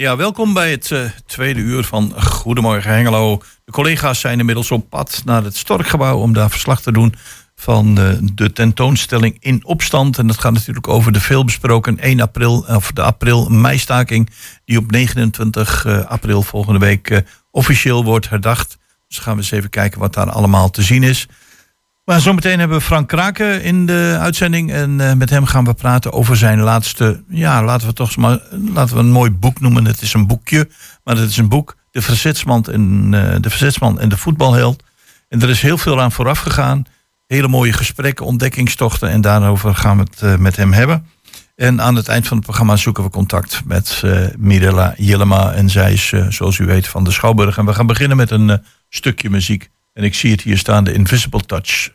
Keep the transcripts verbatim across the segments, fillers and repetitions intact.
Ja, welkom bij het uh, tweede uur van Goedemorgen Hengelo. De collega's zijn inmiddels op pad naar het Storkgebouw om daar verslag te doen van uh, de tentoonstelling In Opstand. En dat gaat natuurlijk over de veelbesproken één april, of de april-meistaking, die op negenentwintig april volgende week uh, officieel wordt herdacht. Dus gaan we eens even kijken wat daar allemaal te zien is. Maar zometeen hebben we Frank Kraken in de uitzending. En uh, met hem gaan we praten over zijn laatste... Ja, laten we toch maar laten we een mooi boek noemen. Het is een boekje, maar het is een boek. De Verzetsman en, uh, de, Verzetsman en de voetbalheld. En er is heel veel aan vooraf gegaan. Hele mooie gesprekken, ontdekkingstochten. En daarover gaan we het uh, met hem hebben. En aan het eind van het programma zoeken we contact met uh, Mirella Jellema. En zij is, uh, zoals u weet, van de Schouwburg. En we gaan beginnen met een uh, stukje muziek. En ik zie het hier staan, de Invisible Touch.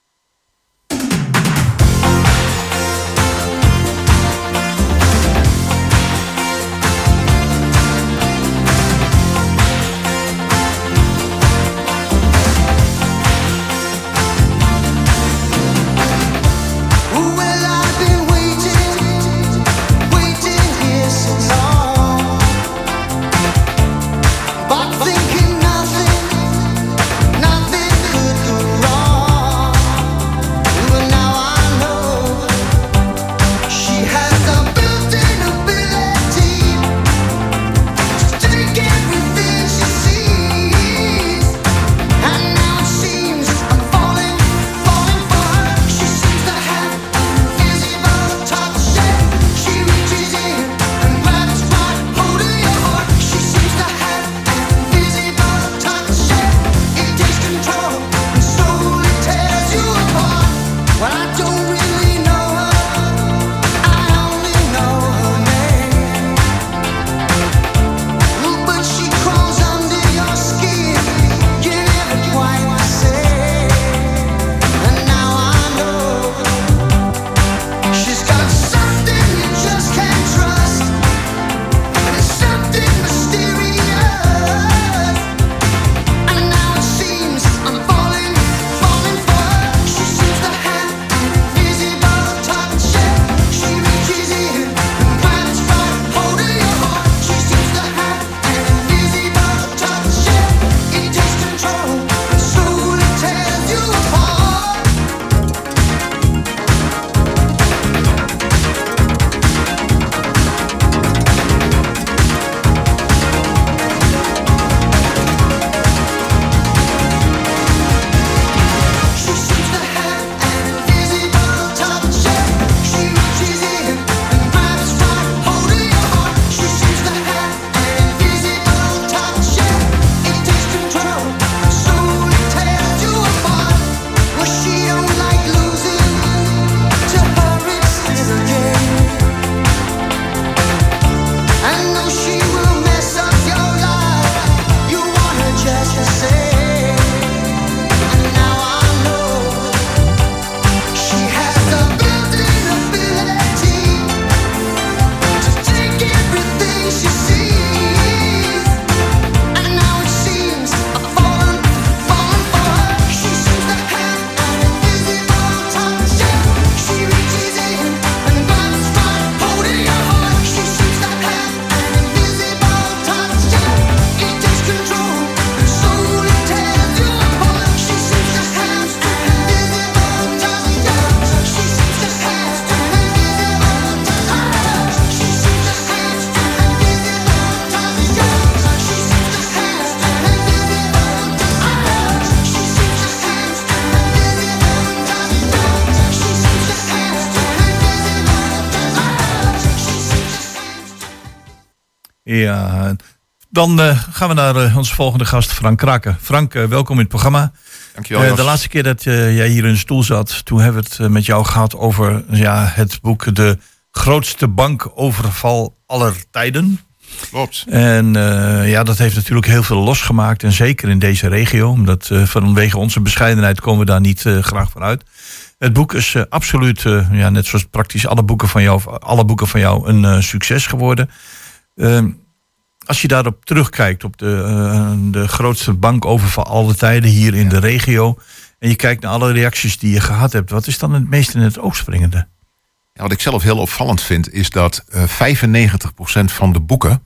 Ja, dan uh, gaan we naar uh, onze volgende gast, Frank Kraken. Frank, uh, welkom in het programma. Dankjewel. Uh, de laatste keer dat uh, jij hier in de stoel zat, toen hebben we het uh, met jou gehad over ja, het boek De grootste bankoverval aller tijden. Klopt. En uh, ja, dat heeft natuurlijk heel veel losgemaakt. En zeker in deze regio. Omdat uh, vanwege onze bescheidenheid komen we daar niet uh, graag voor uit. Het boek is uh, absoluut, uh, ja, net zoals praktisch alle boeken van jou, alle boeken van jou, een uh, succes geworden. Uh, als je daarop terugkijkt, op de, uh, de grootste bankoverval aller tijden hier in de regio, en je kijkt naar alle reacties die je gehad hebt, wat is dan het meest in het oog springende? Ja, wat ik zelf heel opvallend vind, is dat uh, vijfennegentig procent van de boeken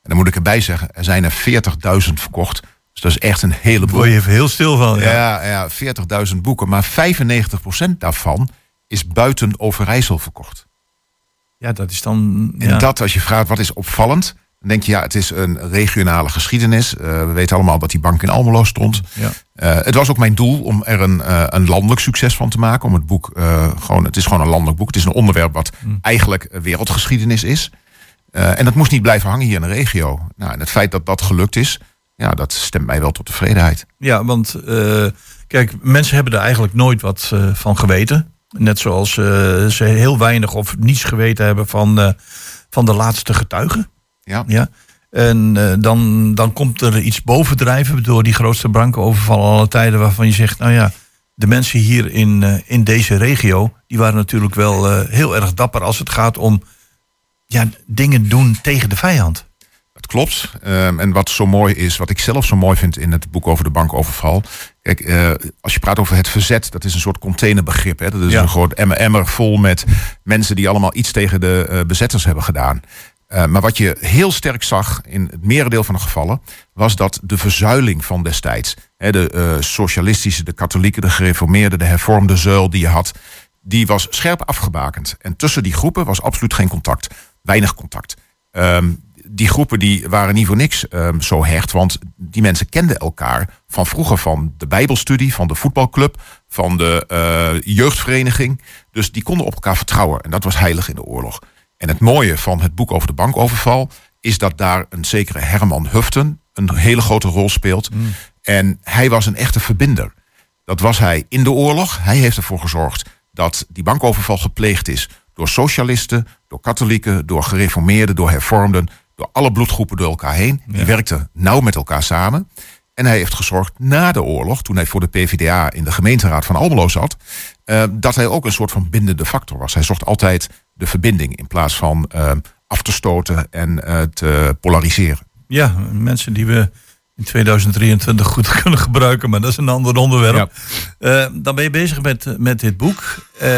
dan moet ik erbij zeggen, er zijn er veertigduizend verkocht. Dus dat is echt een heleboel. Daar word je even heel stil van. Ja, ja, ja veertigduizend boeken. Maar vijfennegentig procent daarvan is buiten Overijssel verkocht. Ja, dat is dan... Ja. En dat, als je vraagt wat is opvallend, dan denk je, ja, het is een regionale geschiedenis. Uh, we weten allemaal dat die bank in Almelo stond. Ja. Uh, het was ook mijn doel om er een, uh, een landelijk succes van te maken. Om het boek uh, gewoon, het is gewoon een landelijk boek. Het is een onderwerp wat mm. eigenlijk wereldgeschiedenis is. Uh, en dat moest niet blijven hangen hier in de regio. Nou, en het feit dat dat gelukt is, ja, dat stemt mij wel tot tevredenheid. Ja, want uh, kijk, mensen hebben er eigenlijk nooit wat uh, van geweten. Net zoals uh, ze heel weinig of niets geweten hebben van, uh, van de laatste getuigen. Ja. Ja. En uh, dan, dan komt er iets bovendrijven door die grootste bankenoverval alle tijden, waarvan je zegt, nou ja, de mensen hier in, uh, in deze regio, die waren natuurlijk wel uh, heel erg dapper als het gaat om ja, dingen doen tegen de vijand. Dat klopt. Um, en wat zo mooi is, wat ik zelf zo mooi vind in het boek over de bankoverval. Kijk, uh, als je praat over het verzet, dat is een soort containerbegrip. Hè? Dat is ja. een groot emmer, emmer vol met mensen die allemaal iets tegen de uh, bezetters hebben gedaan. Uh, maar wat je heel sterk zag in het merendeel van de gevallen, was dat de verzuiling van destijds, hè, de uh, socialistische, de katholieken, de gereformeerden, de hervormde zuil die je had, die was scherp afgebakend. En tussen die groepen was absoluut geen contact. Weinig contact. Um, die groepen die waren niet voor niks um, zo hecht, want die mensen kenden elkaar van vroeger, van de bijbelstudie, van de voetbalclub, van de uh, jeugdvereniging. Dus die konden op elkaar vertrouwen en dat was heilig in de oorlog. En het mooie van het boek over de bankoverval is dat daar een zekere Herman Huften een hele grote rol speelt. Mm. En hij was een echte verbinder. Dat was hij in de oorlog. Hij heeft ervoor gezorgd dat die bankoverval gepleegd is door socialisten, door katholieken, door gereformeerden, door hervormden, door alle bloedgroepen door elkaar heen. Ja. Die werkten nauw met elkaar samen. En hij heeft gezorgd na de oorlog, toen hij voor de P V D A in de gemeenteraad van Almelo zat, uh, dat hij ook een soort van bindende factor was. Hij zocht altijd de verbinding in plaats van uh, af te stoten en uh, te polariseren. Ja, mensen die we in tweeduizend drieëntwintig goed kunnen gebruiken, maar dat is een ander onderwerp. Ja. Uh, dan ben je bezig met, met dit boek. Uh,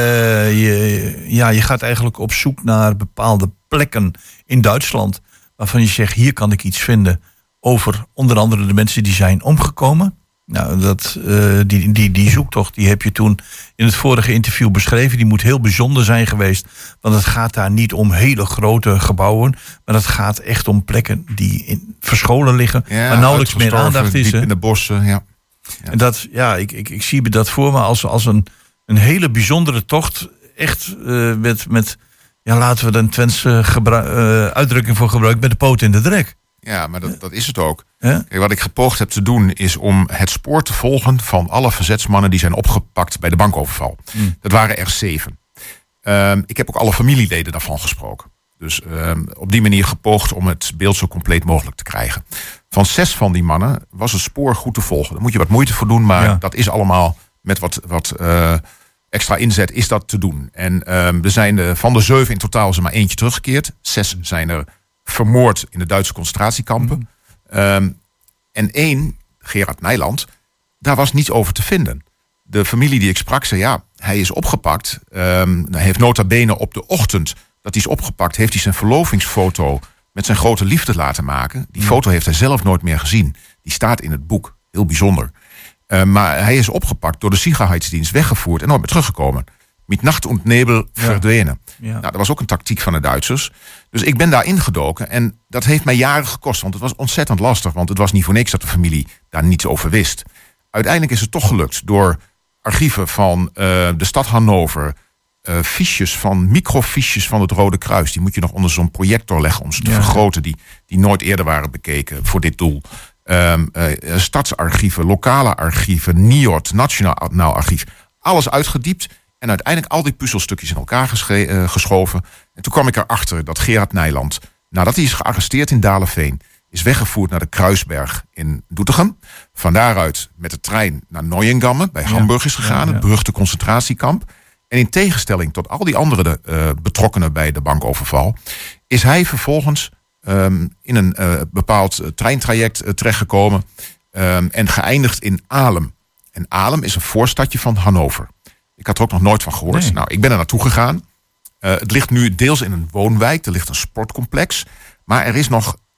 je, ja, je gaat eigenlijk op zoek naar bepaalde plekken in Duitsland waarvan je zegt, hier kan ik iets vinden over onder andere de mensen die zijn omgekomen. Nou, dat, uh, die, die, die zoektocht die heb je toen in het vorige interview beschreven. Die moet heel bijzonder zijn geweest. Want het gaat daar niet om hele grote gebouwen. Maar het gaat echt om plekken die in, verscholen liggen. Ja, waar nauwelijks meer aandacht is. Diep in de bossen, ja. ja. En dat, ja, ik, ik, ik zie dat voor me als, als een, een hele bijzondere tocht. Echt uh, met, met, ja, laten we er een Twentse gebru- uh, uitdrukking voor gebruiken, met de poot in de drek. Ja, maar dat, dat is het ook. Ja? Kijk, wat ik gepoogd heb te doen is om het spoor te volgen van alle verzetsmannen die zijn opgepakt bij de bankoverval. Mm. Dat waren er zeven. Um, ik heb ook alle familieleden daarvan gesproken. Dus um, op die manier gepoogd om het beeld zo compleet mogelijk te krijgen. Van zes van die mannen was het spoor goed te volgen. Daar moet je wat moeite voor doen, maar ja. dat is allemaal met wat, wat uh, extra inzet is dat te doen. En um, er zijn de, van de zeven in totaal is er maar eentje teruggekeerd. Zes zijn er vermoord in de Duitse concentratiekampen. Mm. Um, en één, Gerard Nijland, daar was niets over te vinden. De familie die ik sprak zei, ja, hij is opgepakt. Um, hij heeft nota bene op de ochtend dat hij is opgepakt, heeft hij zijn verlovingsfoto met zijn grote liefde laten maken. Die mm. foto heeft hij zelf nooit meer gezien. Die staat in het boek. Heel bijzonder. Uh, maar hij is opgepakt door de Sicherheitsdienst, weggevoerd en nooit meer teruggekomen. Met nacht und nebel verdwenen. Ja. Ja. Nou, dat was ook een tactiek van de Duitsers. Dus ik ben daar ingedoken en dat heeft mij jaren gekost. Want het was ontzettend lastig. Want het was niet voor niks dat de familie daar niets over wist. Uiteindelijk is het toch gelukt door archieven van uh, de stad Hannover. Uh, fiches van, microfiches van het Rode Kruis. Die moet je nog onder zo'n projector leggen om ze te ja. vergroten. Die, die nooit eerder waren bekeken voor dit doel. Um, uh, stadsarchieven, lokale archieven, N I O D, Nationaal Archief. Alles uitgediept. En uiteindelijk al die puzzelstukjes in elkaar gesche- uh, geschoven. En toen kwam ik erachter dat Gerard Nijland, nadat hij is gearresteerd in Dalenveen, is weggevoerd naar de Kruisberg in Doetinchem. Van daaruit met de trein naar Neuengamme bij ja. Hamburg is gegaan. Ja, ja. Het beruchte concentratiekamp. En in tegenstelling tot al die andere uh, betrokkenen bij de bankoverval, is hij vervolgens um, in een uh, bepaald uh, treintraject uh, terechtgekomen um, en geëindigd in Alem. En Alem is een voorstadje van Hannover. Ik had er ook nog nooit van gehoord. Nee. Nou, ik ben er naartoe gegaan. Uh, het ligt nu deels in een woonwijk. Er ligt een sportcomplex. Maar er is nog,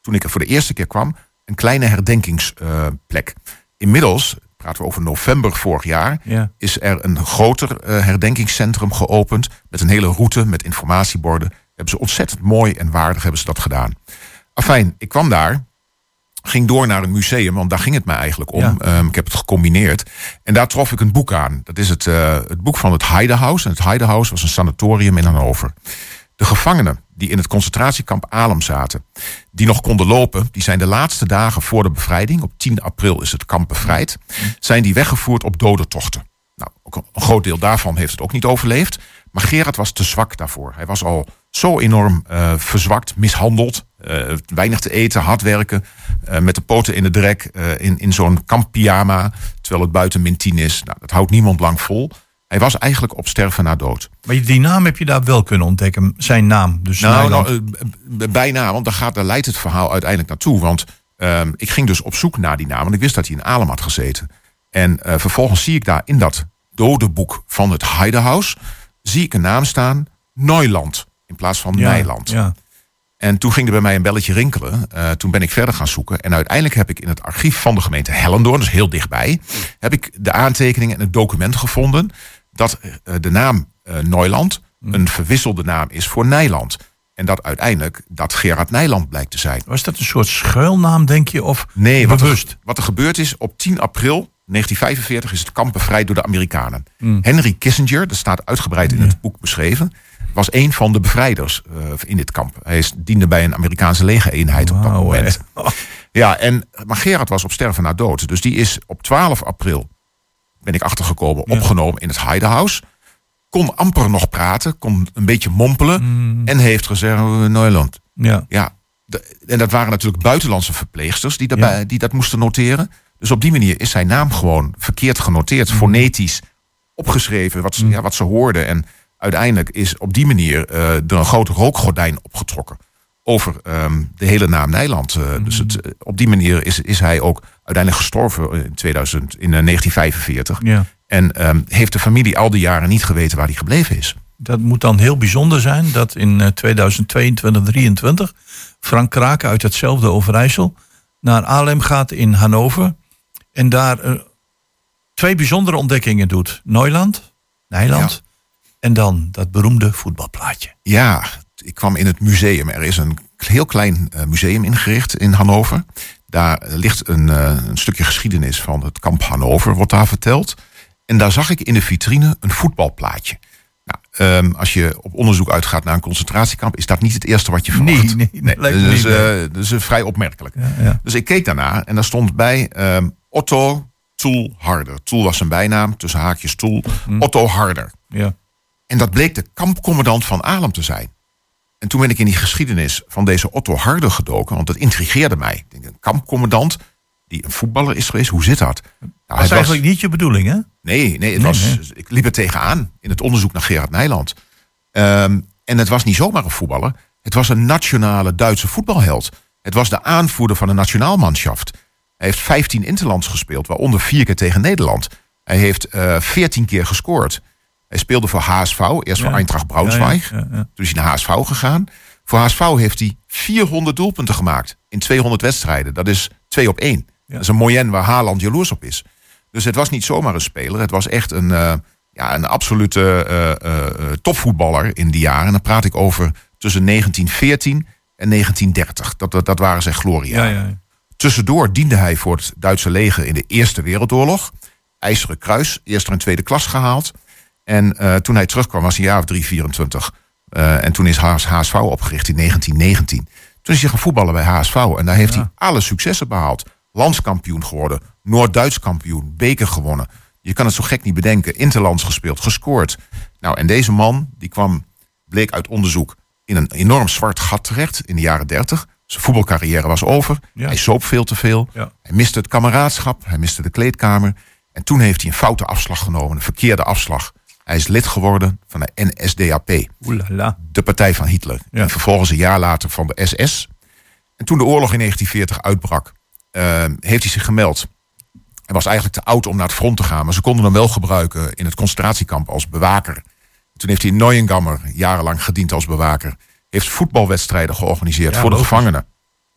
toen ik er voor de eerste keer kwam, een kleine herdenkingsplek. Uh, Inmiddels, praten we over november vorig jaar, ja. is er een groter uh, herdenkingscentrum geopend met een hele route met informatieborden. Hebben ze ontzettend mooi en waardig hebben ze dat gedaan. Afijn, ik kwam daar, ging door naar een museum, want daar ging het mij eigenlijk om. Ja. Um, ik heb het gecombineerd. En daar trof ik een boek aan. Dat is het, uh, het boek van het Heidehuis. En het Heidehuis was een sanatorium in Hannover. De gevangenen die in het concentratiekamp Alem zaten, die nog konden lopen, die zijn de laatste dagen voor de bevrijding, op tien april is het kamp bevrijd, zijn die weggevoerd op dodentochten. Nou, ook een groot deel daarvan heeft het ook niet overleefd. Maar Gerard was te zwak daarvoor. Hij was al zo enorm uh, verzwakt, mishandeld. Uh, weinig te eten, hard werken. Uh, met de poten in de drek. Uh, in, in zo'n kamppyjama. Terwijl het buiten min tien is. Nou, dat houdt niemand lang vol. Hij was eigenlijk op sterven na dood. Maar die naam heb je daar wel kunnen ontdekken. Zijn naam. Dus nou, nou uh, bijna. Want daar, gaat, daar leidt het verhaal uiteindelijk naartoe. Want uh, ik ging dus op zoek naar die naam. Want ik wist dat hij in Alem had gezeten. En uh, vervolgens zie ik daar in dat dodenboek van het Heidehuis, zie ik een naam staan, Neuland, in plaats van ja, Nijland. Ja. En toen ging er bij mij een belletje rinkelen. Uh, toen ben ik verder gaan zoeken. En uiteindelijk heb ik in het archief van de gemeente Hellendoorn, dus heel dichtbij, heb ik de aantekeningen en het document gevonden dat uh, de naam uh, Neuland een verwisselde naam is voor Nijland. En dat uiteindelijk dat Gerard Nijland blijkt te zijn. Was dat een soort schuilnaam, denk je? Of nee, wat er, wat er gebeurd is, op tien april negentien vijfenveertig is het kamp bevrijd door de Amerikanen. Mm. Henry Kissinger, dat staat uitgebreid in ja. het boek beschreven, was een van de bevrijders uh, in dit kamp. Hij is, diende bij een Amerikaanse legereenheid wow, op dat moment. Oh. Ja, en, maar Gerard was op sterven na dood. Dus die is op twaalf april, ben ik achtergekomen, ja. opgenomen in het Heidehuis. Kon amper nog praten, kon een beetje mompelen. Mm. En heeft gezegd, Neuland. Ja. Ja, de, en dat waren natuurlijk buitenlandse verpleegsters die, daarbij, ja. die dat moesten noteren. Dus op die manier is zijn naam gewoon verkeerd genoteerd. Mm. Fonetisch opgeschreven, wat ze, mm. ja, wat ze hoorden. En uiteindelijk is op die manier uh, er een groot rookgordijn opgetrokken over um, de hele naam Nijland. Uh, mm. Dus het, uh, op die manier is, is hij ook uiteindelijk gestorven in, tweeduizend, in uh, negentien vijfenveertig. Ja. En um, heeft de familie al die jaren niet geweten waar hij gebleven is. Dat moet dan heel bijzonder zijn dat in uh, tweeduizend tweeëntwintig, drieëntwintig... Frank Kraken uit hetzelfde Overijssel naar Alem gaat in Hannover en daar uh, twee bijzondere ontdekkingen doet. Neuland, Nijland ja. en dan dat beroemde voetbalplaatje. Ja, ik kwam in het museum. Er is een heel klein uh, museum ingericht in Hannover. Daar ligt een, uh, een stukje geschiedenis van het kamp Hannover, wordt daar verteld. En daar zag ik in de vitrine een voetbalplaatje. Nou, um, als je op onderzoek uitgaat naar een concentratiekamp, is dat niet het eerste wat je verwacht. Nee, nee, nee, nee dat, is, uh, dat is uh, vrij opmerkelijk. Ja, ja. Dus ik keek daarnaar en daar stond bij um, Otto Toel Harder. Toel was zijn bijnaam, tussen haakjes Toel. Hm. Otto Harder. Ja. En dat bleek de kampcommandant van Alem te zijn. En toen ben ik in die geschiedenis van deze Otto Harder gedoken, want dat intrigeerde mij. Ik denk, een kampcommandant die een voetballer is geweest, hoe zit dat? Nou, dat was eigenlijk was... niet je bedoeling, hè? Nee, nee, het nee, was, nee. ik liep er tegenaan in het onderzoek naar Gerard Nijland. Um, en het was niet zomaar een voetballer. Het was een nationale Duitse voetbalheld. Het was de aanvoerder van de nationaalmanschaft. Hij heeft vijftien interlands gespeeld, waaronder vier keer tegen Nederland. Hij heeft veertien uh, keer gescoord. Hij speelde voor H S V, eerst ja. voor Eintracht Braunschweig. Ja, ja, ja, ja. Toen is hij naar H S V gegaan. Voor H S V heeft hij vierhonderd doelpunten gemaakt in tweehonderd wedstrijden. Dat is twee op één. Ja. Dat is een moyenne waar Haaland jaloers op is. Dus het was niet zomaar een speler. Het was echt een, uh, ja, een absolute uh, uh, topvoetballer in die jaren. En dan praat ik over tussen negentien veertien en negentien dertig. Dat, dat, dat waren zijn gloria. Ja, ja. Tussendoor diende hij voor het Duitse leger in de Eerste Wereldoorlog. IJzeren Kruis, eerste en tweede klas gehaald. En uh, toen hij terugkwam was hij een jaar of drie, vierentwintig. Uh, en toen is H S V opgericht in negentien negentien. Toen is hij gaan voetballen bij H S V. En daar heeft ja. hij alle successen behaald. Landskampioen geworden, Noord-Duits kampioen, beker gewonnen. Je kan het zo gek niet bedenken. Interlands gespeeld, gescoord. Nou, en deze man, die kwam, bleek uit onderzoek, in een enorm zwart gat terecht in de jaren dertig. Zijn voetbalcarrière was over. Ja. Hij soop veel te veel. Ja. Hij miste het kameraadschap. Hij miste de kleedkamer. En toen heeft hij een foute afslag genomen, een verkeerde afslag. Hij is lid geworden van de N S D A P. Oelala. De partij van Hitler. Ja. En vervolgens een jaar later van de S S. En toen de oorlog in negentien veertig uitbrak, Uh, heeft hij zich gemeld. Hij was eigenlijk te oud om naar het front te gaan, maar ze konden hem wel gebruiken in het concentratiekamp als bewaker. Toen heeft hij in Neuengamme jarenlang gediend als bewaker. Heeft voetbalwedstrijden georganiseerd ja, voor de gevangenen.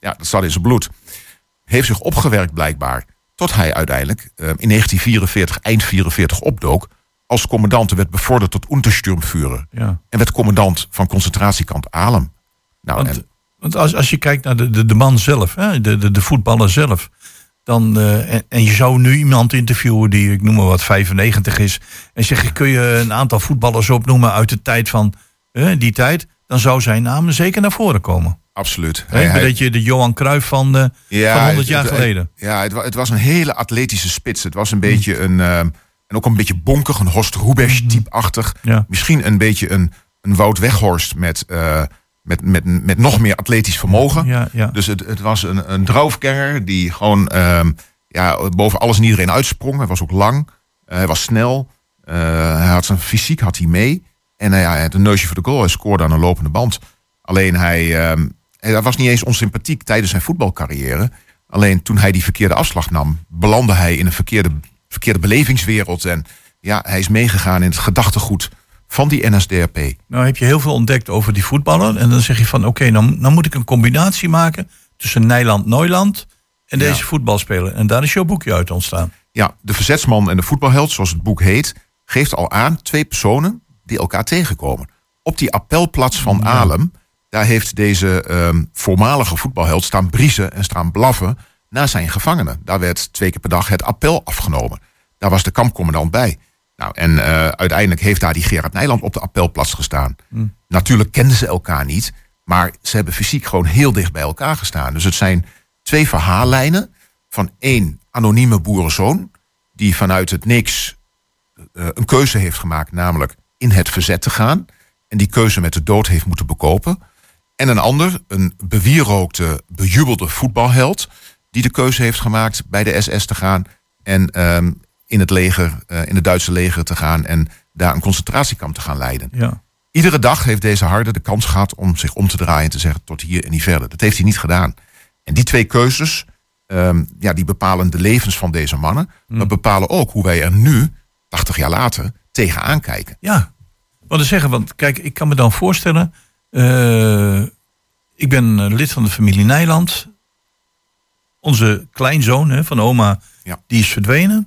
Ja, dat zat in zijn bloed. Heeft zich opgewerkt blijkbaar. Tot hij uiteindelijk uh, in negentien vierenveertig, eind vierenveertig opdook. Als commandant werd bevorderd tot Untersturmführer. Ja. En werd commandant van concentratiekamp Alem. Nou, want en, want als, als je kijkt naar de, de, de man zelf, hè, de, de, de voetballer zelf. Dan, uh, en, en je zou nu iemand interviewen die, ik noem maar wat, vijfennegentig is. En zeg je, kun je een aantal voetballers opnoemen uit de tijd van uh, die tijd. Dan zou zijn naam zeker naar voren komen. Absoluut. He, hij, dat je de Johan Cruijff van, uh, ja, van honderd jaar het, geleden. Ja, het, het was een hele atletische spits. Het was een beetje een, uh, en ook een beetje bonkig, een Horst Hrubesch-type-achtig. Ja. Misschien een beetje een, een Wout Weghorst met, uh, met, met, met nog meer atletisch vermogen. Ja, ja. Dus het, het was een, een draufganger die gewoon uh, ja, boven alles en iedereen uitsprong. Hij was ook lang, uh, hij was snel, uh, hij had zijn fysiek had hij mee. En uh, ja, hij had een neusje voor de goal, hij scoorde aan een lopende band. Alleen hij... Uh, Hij was niet eens onsympathiek tijdens zijn voetbalcarrière. Alleen toen hij die verkeerde afslag nam, belandde hij in een verkeerde, verkeerde belevingswereld. En ja, hij is meegegaan in het gedachtegoed van die N S D A P. Nou heb je heel veel ontdekt over die voetballer. En dan zeg je van oké, okay, dan, dan moet ik een combinatie maken tussen Nijland Neuland en deze ja. voetbalspeler. En daar is jouw boekje uit ontstaan. Ja, de verzetsman en de voetbalheld, zoals het boek heet, geeft al aan twee personen die elkaar tegenkomen. Op die appelplaats van ja. Alem. Daar heeft deze um, voormalige voetbalheld staan briezen en staan blaffen naar zijn gevangenen. Daar werd twee keer per dag het appel afgenomen. Daar was de kampcommandant bij. Nou, en uh, uiteindelijk heeft daar die Gerard Nijland op de appelplaats gestaan. Mm. Natuurlijk kenden ze elkaar niet, maar ze hebben fysiek gewoon heel dicht bij elkaar gestaan. Dus het zijn twee verhaallijnen van één anonieme boerenzoon die vanuit het niks uh, een keuze heeft gemaakt, namelijk in het verzet te gaan. En die keuze met de dood heeft moeten bekopen. En een ander, een bewierookte, bejubelde voetbalheld, die de keuze heeft gemaakt bij de S S te gaan en um, in het leger, uh, in het Duitse leger te gaan en daar een concentratiekamp te gaan leiden. Ja. Iedere dag heeft deze harde de kans gehad om zich om te draaien en te zeggen tot hier en niet verder. Dat heeft hij niet gedaan. En die twee keuzes, um, ja, die bepalen de levens van deze mannen, mm. maar bepalen ook hoe wij er nu, tachtig jaar later, tegenaan kijken. Ja, wat te zeggen, want kijk, ik kan me dan voorstellen. Uh, ik ben lid van de familie Nijland. Onze kleinzoon hè, van oma, ja. die is verdwenen.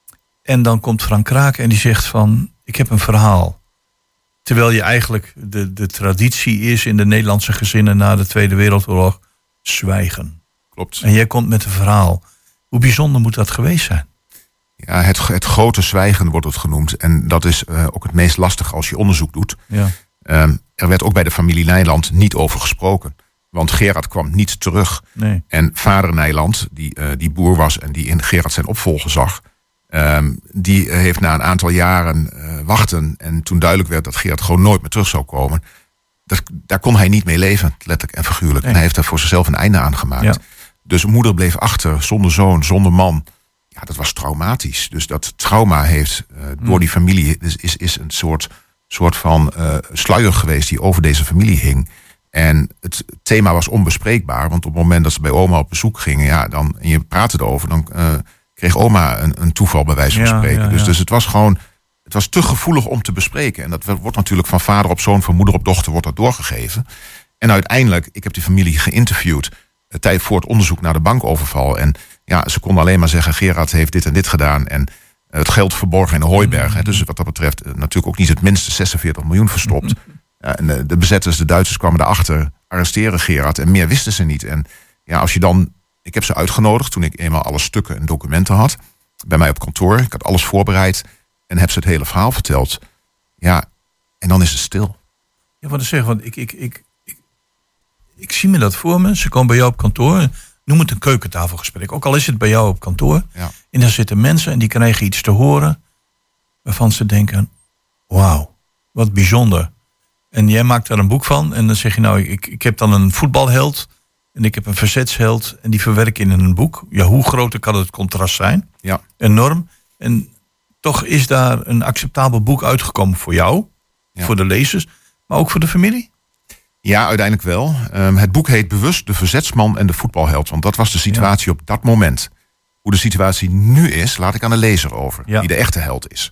En dan komt Frank Kraak en die zegt van, ik heb een verhaal. Terwijl je eigenlijk de, de traditie is in de Nederlandse gezinnen na de Tweede Wereldoorlog zwijgen. Klopt. En jij komt met een verhaal. Hoe bijzonder moet dat geweest zijn? Ja, het, het grote zwijgen wordt het genoemd. En dat is uh, ook het meest lastig als je onderzoek doet. Ja. Um, er werd ook bij de familie Nijland niet over gesproken. Want Gerard kwam niet terug. Nee. En vader Nijland, die, uh, die boer was en die in Gerard zijn opvolger zag, Um, die heeft na een aantal jaren uh, wachten en toen duidelijk werd dat Gerard gewoon nooit meer terug zou komen. Dat, daar kon hij niet mee leven, letterlijk en figuurlijk. Nee. En hij heeft daar voor zichzelf een einde aan gemaakt. Ja. Dus moeder bleef achter, zonder zoon, zonder man. Ja, dat was traumatisch. Dus dat trauma heeft uh, door mm. die familie is, is, is een soort, soort van uh, sluier geweest die over deze familie hing. En het thema was onbespreekbaar, want op het moment dat ze bij oma op bezoek gingen, ja, dan, en je praatte erover, dan uh, kreeg oma een, een toeval bij wijze van ja, spreken. Ja, ja. Dus, dus het was gewoon, het was te gevoelig om te bespreken. En dat wordt natuurlijk van vader op zoon, van moeder op dochter, wordt dat doorgegeven. En uiteindelijk, ik heb die familie geïnterviewd, uh, tijd voor het onderzoek naar de bankoverval. En ja, ze konden alleen maar zeggen, Gerard heeft dit en dit gedaan. En uh, het geld verborgen in de hooiberg. Mm-hmm. Hè, dus wat dat betreft uh, natuurlijk ook niet het minste zesenveertig miljoen verstopt. Mm-hmm. Ja, en de, de bezetters, de Duitsers kwamen daarachter, arresteren Gerard en meer wisten ze niet. En ja, als je dan, ik heb ze uitgenodigd toen ik eenmaal alle stukken en documenten had, bij mij op kantoor. Ik had alles voorbereid en heb ze het hele verhaal verteld. Ja, en dan is het stil. Ja, wat ik zeg, want ik, ik, ik, ik, ik zie me dat voor me. Ze komen bij jou op kantoor, noem het een keukentafelgesprek. Ook al is het bij jou op kantoor. Ja. En daar zitten mensen en die krijgen iets te horen waarvan ze denken, wauw, wat bijzonder. En jij maakt daar een boek van. En dan zeg je nou, ik, ik heb dan een voetbalheld. En ik heb een verzetsheld. En die verwerk in een boek. Ja, hoe groter kan het contrast zijn? Ja. Enorm. En toch is daar een acceptabel boek uitgekomen voor jou. Ja. Voor de lezers. Maar ook voor de familie? Ja, uiteindelijk wel. Um, het boek heet bewust De Verzetsman en de Voetbalheld. Want dat was de situatie ja. op dat moment. Hoe de situatie nu is, laat ik aan de lezer over. Ja. Die de echte held is.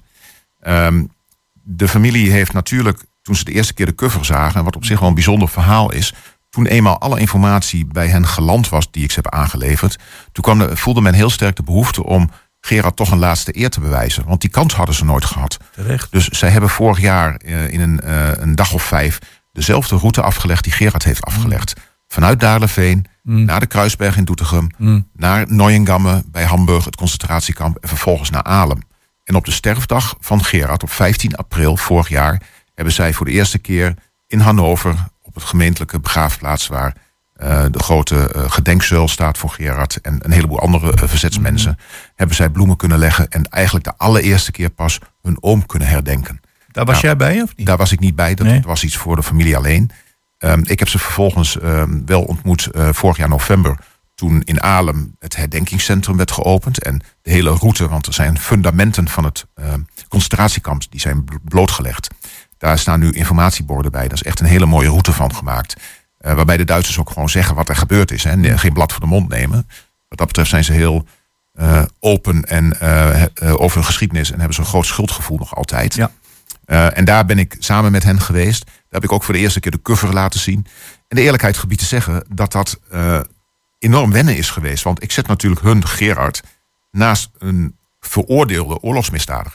Um, de familie heeft natuurlijk, toen ze de eerste keer de cover zagen, en wat op zich wel een bijzonder verhaal is, toen eenmaal alle informatie bij hen geland was die ik ze heb aangeleverd, toen kwam de, voelde men heel sterk de behoefte om Gerard toch een laatste eer te bewijzen. Want die kans hadden ze nooit gehad. Terecht. Dus zij hebben vorig jaar uh, in een, uh, een dag of vijf dezelfde route afgelegd die Gerard heeft afgelegd. Mm. Vanuit Daarleveen mm. naar de Kruisberg in Doetinchem, mm. naar Neuengamme bij Hamburg, het concentratiekamp, en vervolgens naar Alem. En op de sterfdag van Gerard, op vijftien april vorig jaar, hebben zij voor de eerste keer in Hannover, op het gemeentelijke begraafplaats waar uh, de grote uh, gedenkzuil staat voor Gerard en een heleboel andere uh, verzetsmensen, mm-hmm. hebben zij bloemen kunnen leggen en eigenlijk de allereerste keer pas hun oom kunnen herdenken. Daar was nou, jij bij of niet? Daar was ik niet bij, dat nee. was iets voor de familie alleen. Um, ik heb ze vervolgens um, wel ontmoet uh, vorig jaar november, toen in Alem het herdenkingscentrum werd geopend en de hele route, want er zijn fundamenten van het uh, concentratiekamp die zijn blootgelegd. Daar staan nu informatieborden bij. Dat is echt een hele mooie route van gemaakt. Uh, waarbij de Duitsers ook gewoon zeggen wat er gebeurd is. Hè, en geen blad voor de mond nemen. Wat dat betreft zijn ze heel uh, open en, uh, uh, over hun geschiedenis. En hebben ze een groot schuldgevoel nog altijd. Ja. Uh, en daar ben ik samen met hen geweest. Daar heb ik ook voor de eerste keer de cover laten zien. En de eerlijkheid gebied te zeggen dat dat uh, enorm wennen is geweest. Want ik zet natuurlijk hun, Gerard, naast een veroordeelde oorlogsmisdadiger.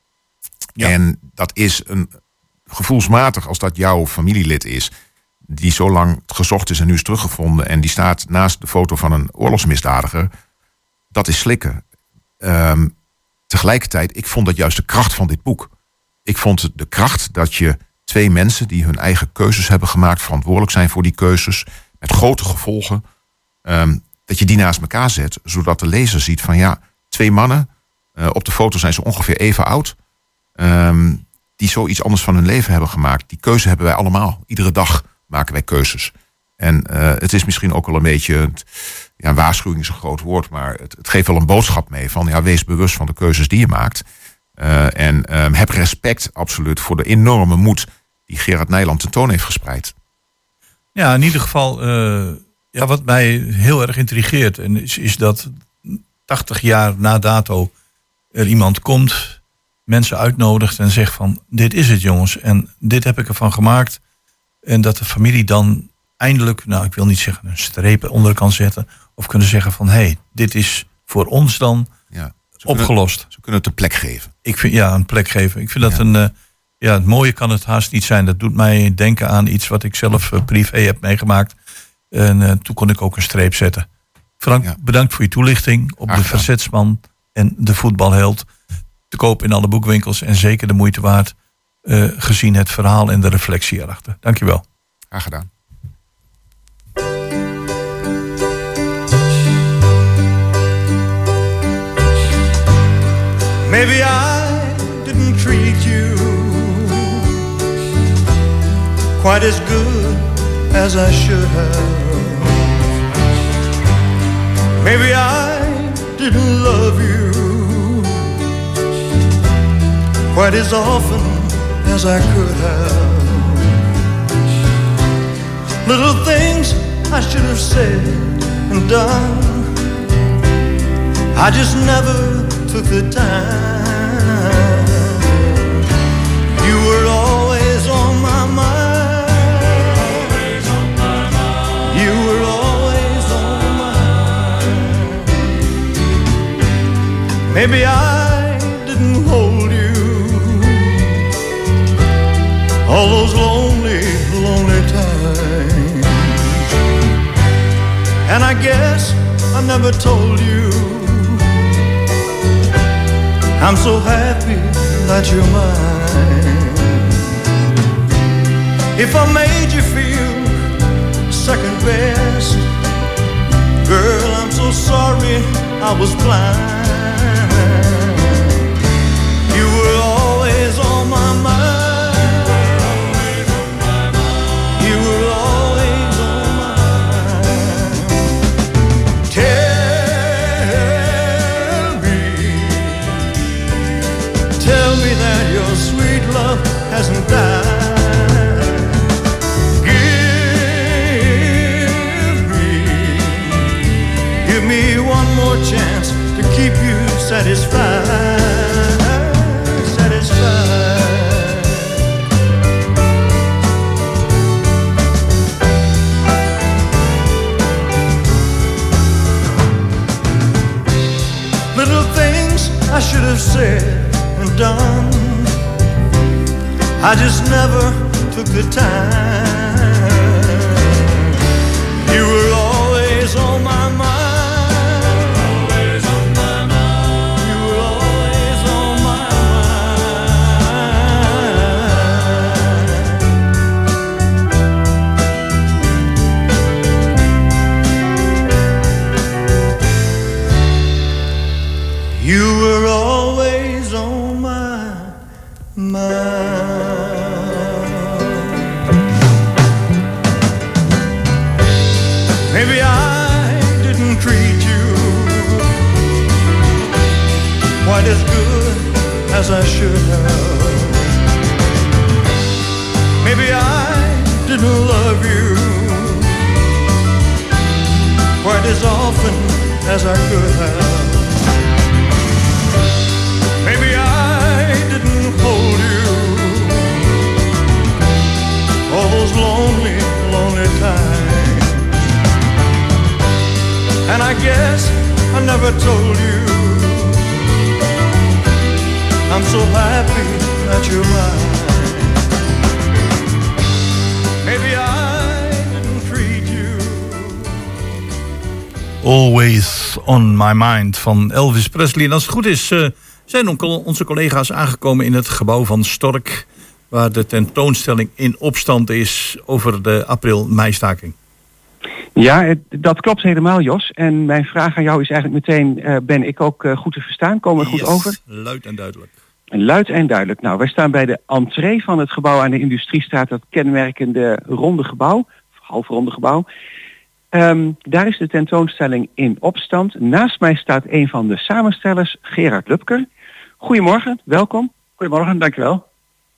Ja. En dat is een gevoelsmatig, als dat jouw familielid is, die zo lang gezocht is en nu is teruggevonden, en die staat naast de foto van een oorlogsmisdadiger, dat is slikken. Um, tegelijkertijd, ik vond dat juist de kracht van dit boek. Ik vond de kracht dat je twee mensen die hun eigen keuzes hebben gemaakt, verantwoordelijk zijn voor die keuzes, met grote gevolgen, um, dat je die naast elkaar zet, zodat de lezer ziet van ja, twee mannen, uh, op de foto zijn ze ongeveer even oud, um, die zoiets anders van hun leven hebben gemaakt. Die keuze hebben wij allemaal. Iedere dag maken wij keuzes. En uh, het is misschien ook wel een beetje, ja, waarschuwing is een groot woord, maar het, het geeft wel een boodschap mee van ja, wees bewust van de keuzes die je maakt. Uh, en um, heb respect absoluut voor de enorme moed die Gerard Nijland tentoon heeft gespreid. Ja, in ieder geval, uh, ja, wat mij heel erg intrigeert en is, is dat tachtig jaar na dato er iemand komt, mensen uitnodigt en zegt van dit is het jongens en dit heb ik ervan gemaakt. En dat de familie dan eindelijk, nou ik wil niet zeggen een streep onder kan zetten, of kunnen zeggen van hé, hey, dit is voor ons dan ja, ze opgelost. Kunnen, ze kunnen het een plek geven. Ik vind, ja, een plek geven. Ik vind dat ja. een, uh, ja, het mooie kan het haast niet zijn. Dat doet mij denken aan iets wat ik zelf uh, privé heb meegemaakt. En uh, toen kon ik ook een streep zetten. Frank, ja. bedankt voor je toelichting op Ach, de verzetsman en de voetbalheld. Te koop in alle boekwinkels en zeker de moeite waard, uh, gezien het verhaal en de reflectie erachter. Dankjewel. Graag gedaan. Maybe I didn't treat you quite as good as I should have. Maybe I didn't love you quite as often as I could have. Little things I should have said and done, I just never took the time. You were always on my mind. Always on my mind. You were always on my mind. Maybe I didn't hold you all those lonely, lonely times. And I guess I never told you I'm so happy that you're mine. If I made you feel second best, girl, I'm so sorry I was blind. You were always on my mind. You were always on my mind. Tell Tell me that your sweet love hasn't died. Give me, give me one more chance to keep you satisfied, satisfied. have said and done. I just never took the time. You were always on my mind. Always on my mind. You were always on my mind. You were always on my mind. Maybe I didn't treat you quite as good as I should have. Maybe I didn't love you quite as often as I could have. Maybe I didn't hold you all those lonely, lonely times. And I guess I never told you I'm so happy that you're mine. Maybe I didn't treat you. Always on my mind van Elvis Presley. En als het goed is, uh, zijn onze collega's aangekomen in het gebouw van Stork, waar de tentoonstelling in opstand is over de april-meistaking. Ja, het, dat klopt helemaal, Jos. En mijn vraag aan jou is eigenlijk meteen, uh, ben ik ook uh, goed te verstaan? Komen we goed yes, over? Luid en duidelijk. Luid en duidelijk. Nou, wij staan bij de entree van het gebouw aan de Industriestraat, dat kenmerkende ronde gebouw, halfronde gebouw. Um, daar is de tentoonstelling in opstand. Naast mij staat een van de samenstellers, Gerard Lupker. Goedemorgen, welkom. Goedemorgen, dankjewel.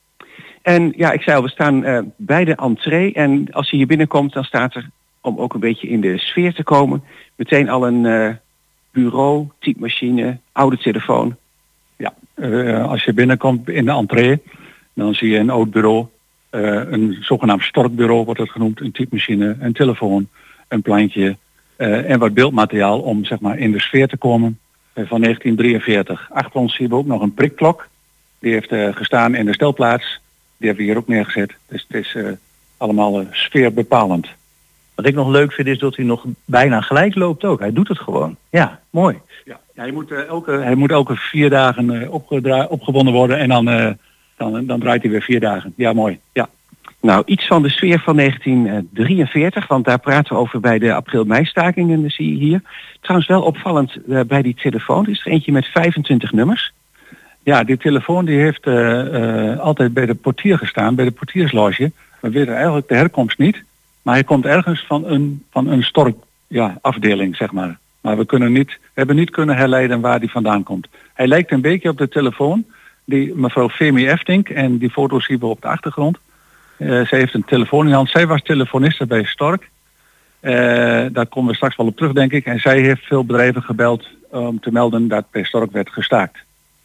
En ja, ik zei al, we staan uh, bij de entree en als je hier binnenkomt, dan staat er, om ook een beetje in de sfeer te komen, meteen al een uh, bureau, typemachine, oude telefoon. Ja, uh, als je binnenkomt in de entree, dan zie je een oud bureau, uh, een zogenaamd storkbureau wordt het genoemd, een typemachine, een telefoon, een plantje uh, en wat beeldmateriaal om zeg maar in de sfeer te komen uh, van negentien drieënveertig. Achter ons zien we ook nog een prikklok, die heeft uh, gestaan in de stelplaats, die hebben we hier ook neergezet. Dus het is uh, allemaal uh, sfeerbepalend. Wat ik nog leuk vind is dat hij nog bijna gelijk loopt ook. Hij doet het gewoon. Ja, mooi. Ja, ja hij, moet, uh, elke, hij moet elke vier dagen uh, opgedra- opgewonden worden en dan, uh, dan, dan draait hij weer vier dagen. Ja, mooi. Ja. Nou, iets van de sfeer van negentien drieënveertig, want daar praten we over bij de april-meistaking en dat zie je hier. Trouwens wel opvallend uh, bij die telefoon, er is er eentje met vijfentwintig nummers. Ja, die telefoon die heeft uh, uh, altijd bij de portier gestaan, bij de portiersloge. We weten eigenlijk de herkomst niet. Maar hij komt ergens van een, van een stork, ja, afdeling, zeg maar. Maar we kunnen niet, hebben niet kunnen herleiden waar die vandaan komt. Hij lijkt een beetje op de telefoon, die mevrouw Femi Eftink, en die foto's zien we op de achtergrond. Uh, zij heeft een telefoon in hand. Zij was telefoniste bij Stork. Uh, daar komen we straks wel op terug, denk ik. En zij heeft veel bedrijven gebeld om te melden dat bij Stork werd gestaakt.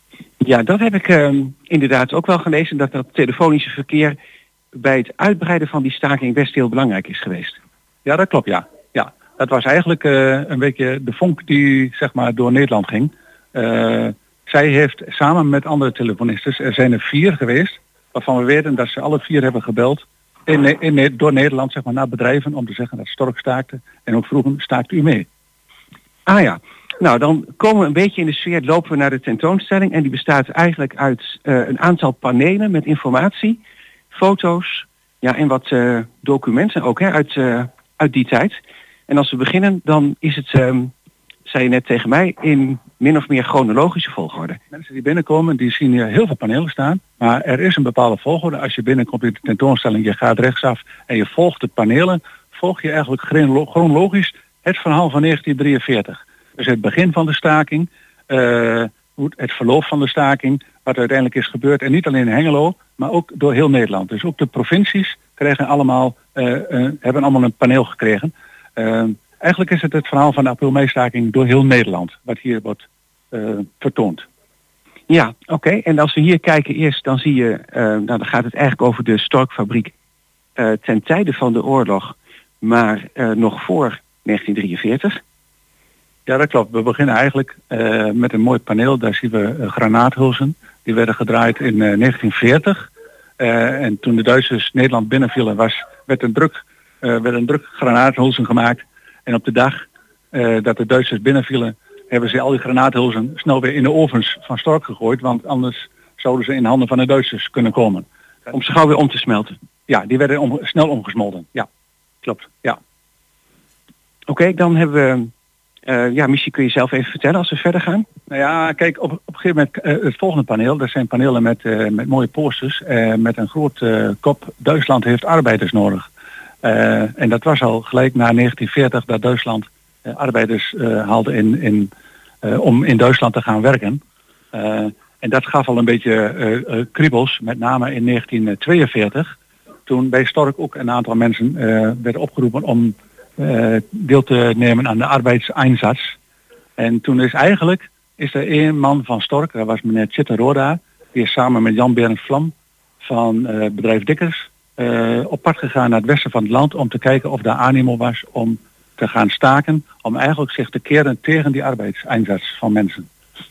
Ja, dat heb ik uh, inderdaad ook wel gelezen, dat dat telefonische verkeer bij het uitbreiden van die staking best heel belangrijk is geweest. Ja, dat klopt, ja. ja. Dat was eigenlijk uh, een beetje de vonk die zeg maar door Nederland ging. Uh, zij heeft samen met andere telefonisten, er zijn er vier geweest, waarvan we weten dat ze alle vier hebben gebeld in, in, door Nederland zeg maar, naar bedrijven om te zeggen dat Stork staakte en ook vroegen, staakt u mee? Ah ja, nou dan komen we een beetje in de sfeer, lopen we naar de tentoonstelling en die bestaat eigenlijk uit uh, een aantal panelen met informatie, foto's, ja, en wat uh, documenten ook hè, uit, uh, uit die tijd. En als we beginnen, dan is het, um, zei je net tegen mij, in min of meer chronologische volgorde. Mensen die binnenkomen, die zien hier heel veel panelen staan. Maar er is een bepaalde volgorde. Als je binnenkomt in de tentoonstelling, je gaat rechtsaf en je volgt de panelen, volg je eigenlijk chronologisch het verhaal van negentien drieënveertig. Dus het begin van de staking, uh, het verloop van de staking, wat uiteindelijk is gebeurd. En niet alleen in Hengelo, maar ook door heel Nederland. Dus ook de provincies krijgen allemaal, uh, uh, hebben allemaal een paneel gekregen. Uh, eigenlijk is het het verhaal van de april-meistaking door heel Nederland, wat hier wordt uh, vertoond. Ja, oké. Okay. En als we hier kijken eerst, dan zie je, uh, nou dan gaat het eigenlijk over de Storkfabriek uh, ten tijde van de oorlog, maar uh, nog voor negentien drieënveertig. Ja, dat klopt. We beginnen eigenlijk uh, met een mooi paneel. Daar zien we uh, granaathulzen. Die werden gedraaid in uh, negentien veertig. Uh, en toen de Duitsers Nederland binnenvielen, was, werd, een druk, uh, werd een druk granaathulzen gemaakt. En op de dag uh, dat de Duitsers binnenvielen, hebben ze al die granaathulzen snel weer in de ovens van Stork gegooid. Want anders zouden ze in handen van de Duitsers kunnen komen. Om ze gauw weer om te smelten. Ja, die werden om, snel omgesmolten. Ja, klopt. Ja. Oké, okay, dan hebben we... Uh, ja, misschien kun je zelf even vertellen als we verder gaan. Nou ja, kijk, op, op een gegeven moment uh, het volgende paneel. Dat zijn panelen met, uh, met mooie posters. Uh, met een groot uh, kop. Duitsland heeft arbeiders nodig. Uh, en dat was al gelijk na negentien veertig dat Duitsland uh, arbeiders uh, haalde in, in, uh, om in Duitsland te gaan werken. Uh, en dat gaf al een beetje uh, uh, kriebels. Met name in negentien tweeënveertig. Toen bij Stork ook een aantal mensen uh, werden opgeroepen om... Uh, deel te nemen aan de arbeidseinsatz. En toen is eigenlijk is er één man van Stork, dat was meneer Tjitte Roda, die is samen met Jan Berend Vlam van uh, bedrijf Dikkers uh, op pad gegaan naar het westen van het land om te kijken of daar animo was om te gaan staken, om eigenlijk zich te keren tegen die arbeidseinsatz van mensen.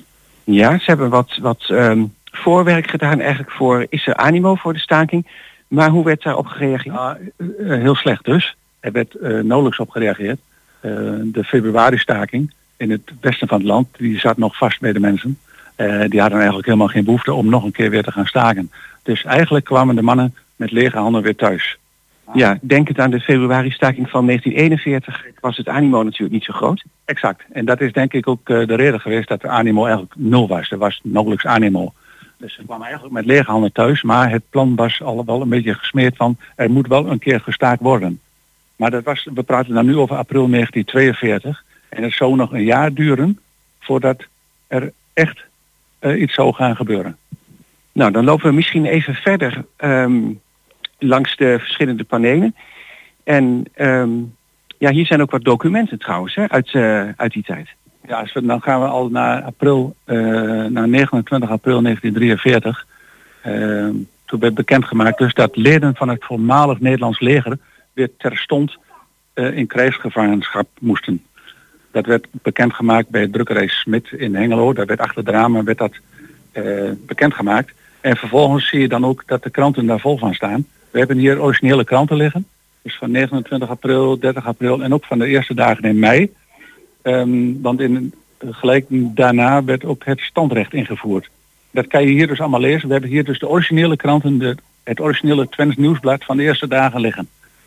Ja, ze hebben wat, wat um, voorwerk gedaan eigenlijk voor, is er animo voor de staking, maar hoe werd daarop gereageerd? Ja, uh, heel slecht dus. Er werd uh, nauwelijks op gereageerd. Uh, de februari-staking in het westen van het land, die zat nog vast bij de mensen. Uh, die hadden eigenlijk helemaal geen behoefte om nog een keer weer te gaan staken. Dus eigenlijk kwamen de mannen met lege handen weer thuis. Ja, denkend aan de februari-staking van negentien eenenveertig was het animo natuurlijk niet zo groot. Exact. En dat is denk ik ook uh, de reden geweest dat de animo eigenlijk nul was. Er was nauwelijks animo. Dus ze kwamen eigenlijk met lege handen thuis. Maar het plan was al wel een beetje gesmeerd van er moet wel een keer gestaakt worden. Maar dat was, we praten dan nu over april negentien tweeënveertig. En het zou nog een jaar duren voordat er echt uh, iets zou gaan gebeuren. Nou, dan lopen we misschien even verder um, langs de verschillende panelen. En um, ja, hier zijn ook wat documenten trouwens, hè, uit, uh, uit die tijd. Ja, als we, dan gaan we al naar april, uh, naar negenentwintig april negentien drieënveertig. Uh, toen werd bekendgemaakt dus dat leden van het voormalig Nederlands leger weer terstond uh, in krijgsgevangenschap moesten. Dat werd bekendgemaakt bij drukkerij Smit in Hengelo. Daar werd achter de ramen werd dat uh, bekendgemaakt. En vervolgens zie je dan ook dat de kranten daar vol van staan. We hebben hier originele kranten liggen. Dus van negenentwintig april, dertig april en ook van de eerste dagen in mei. Um, want in, uh, gelijk daarna werd ook het standrecht ingevoerd. Dat kan je hier dus allemaal lezen. We hebben hier dus de originele kranten, de, het originele Twents Nieuwsblad van de eerste dagen liggen.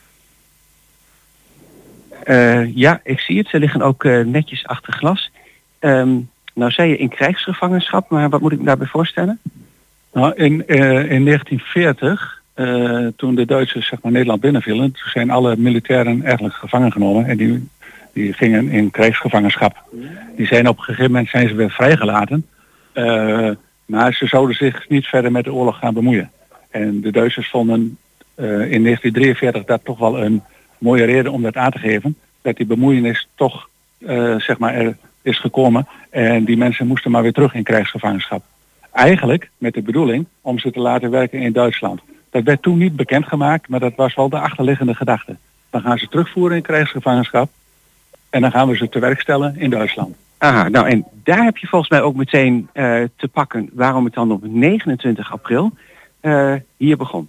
Uh, ja, ik zie het. Ze liggen ook uh, netjes achter glas. Um, nou zei je in krijgsgevangenschap, maar wat moet ik me daarbij voorstellen? Nou, in, uh, in negentien veertig, uh, toen de Duitsers zeg maar, Nederland binnenvielen, toen zijn alle militairen eigenlijk gevangen genomen en die, die gingen in krijgsgevangenschap. Die zijn op een gegeven moment zijn ze weer vrijgelaten, uh, maar ze zouden zich niet verder met de oorlog gaan bemoeien. En de Duitsers vonden uh, in negentien drieënveertig dat toch wel een mooie reden om dat aan te geven, dat die bemoeienis toch uh, zeg maar er is gekomen en die mensen moesten maar weer terug in krijgsgevangenschap. Eigenlijk met de bedoeling om ze te laten werken in Duitsland. Dat werd toen niet bekendgemaakt, maar dat was wel de achterliggende gedachte. Dan gaan ze terugvoeren in krijgsgevangenschap en dan gaan we ze te werk stellen in Duitsland. Aha, nou en daar heb je volgens mij ook meteen uh, te pakken waarom het dan op negenentwintig april uh, hier begon.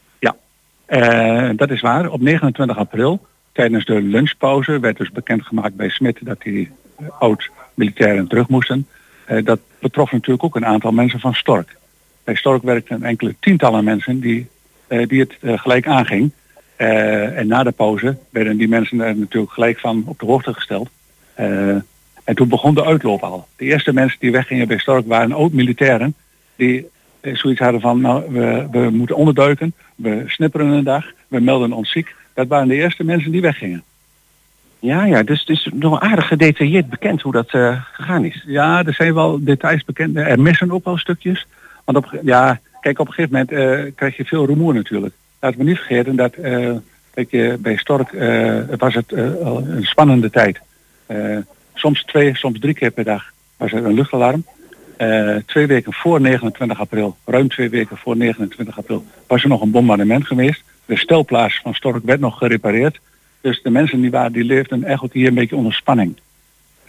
Uh, dat is waar. Op negenentwintig april, tijdens de lunchpauze, werd dus bekendgemaakt bij Smit dat die uh, oud-militairen terug moesten. Uh, dat betrof natuurlijk ook een aantal mensen van Stork. Bij Stork werkten enkele tientallen mensen die, uh, die het uh, gelijk aanging. Uh, en na de pauze werden die mensen er natuurlijk gelijk van op de hoogte gesteld. Uh, en toen begon de uitloop al. De eerste mensen die weggingen bij Stork waren oud-militairen die zoiets hadden van, nou, we, we moeten onderduiken, we snipperen een dag, we melden ons ziek. Dat waren de eerste mensen die weggingen. Ja, ja, dus het is nog aardig gedetailleerd bekend hoe dat uh, gegaan is. Ja, er zijn wel details bekend. Er missen ook wel stukjes. Want op, ja, kijk, op een gegeven moment uh, krijg je veel rumoer natuurlijk. Laten we niet vergeten dat, uh, kijk, uh, bij Stork uh, was het uh, een spannende tijd. Uh, soms twee, soms drie keer per dag was er een luchtalarm. Uh, twee weken voor negenentwintig april, ruim twee weken voor negenentwintig april, was er nog een bombardement geweest. De stelplaats van Stork werd nog gerepareerd. Dus de mensen die waren, die leefden eigenlijk hier een beetje onder spanning.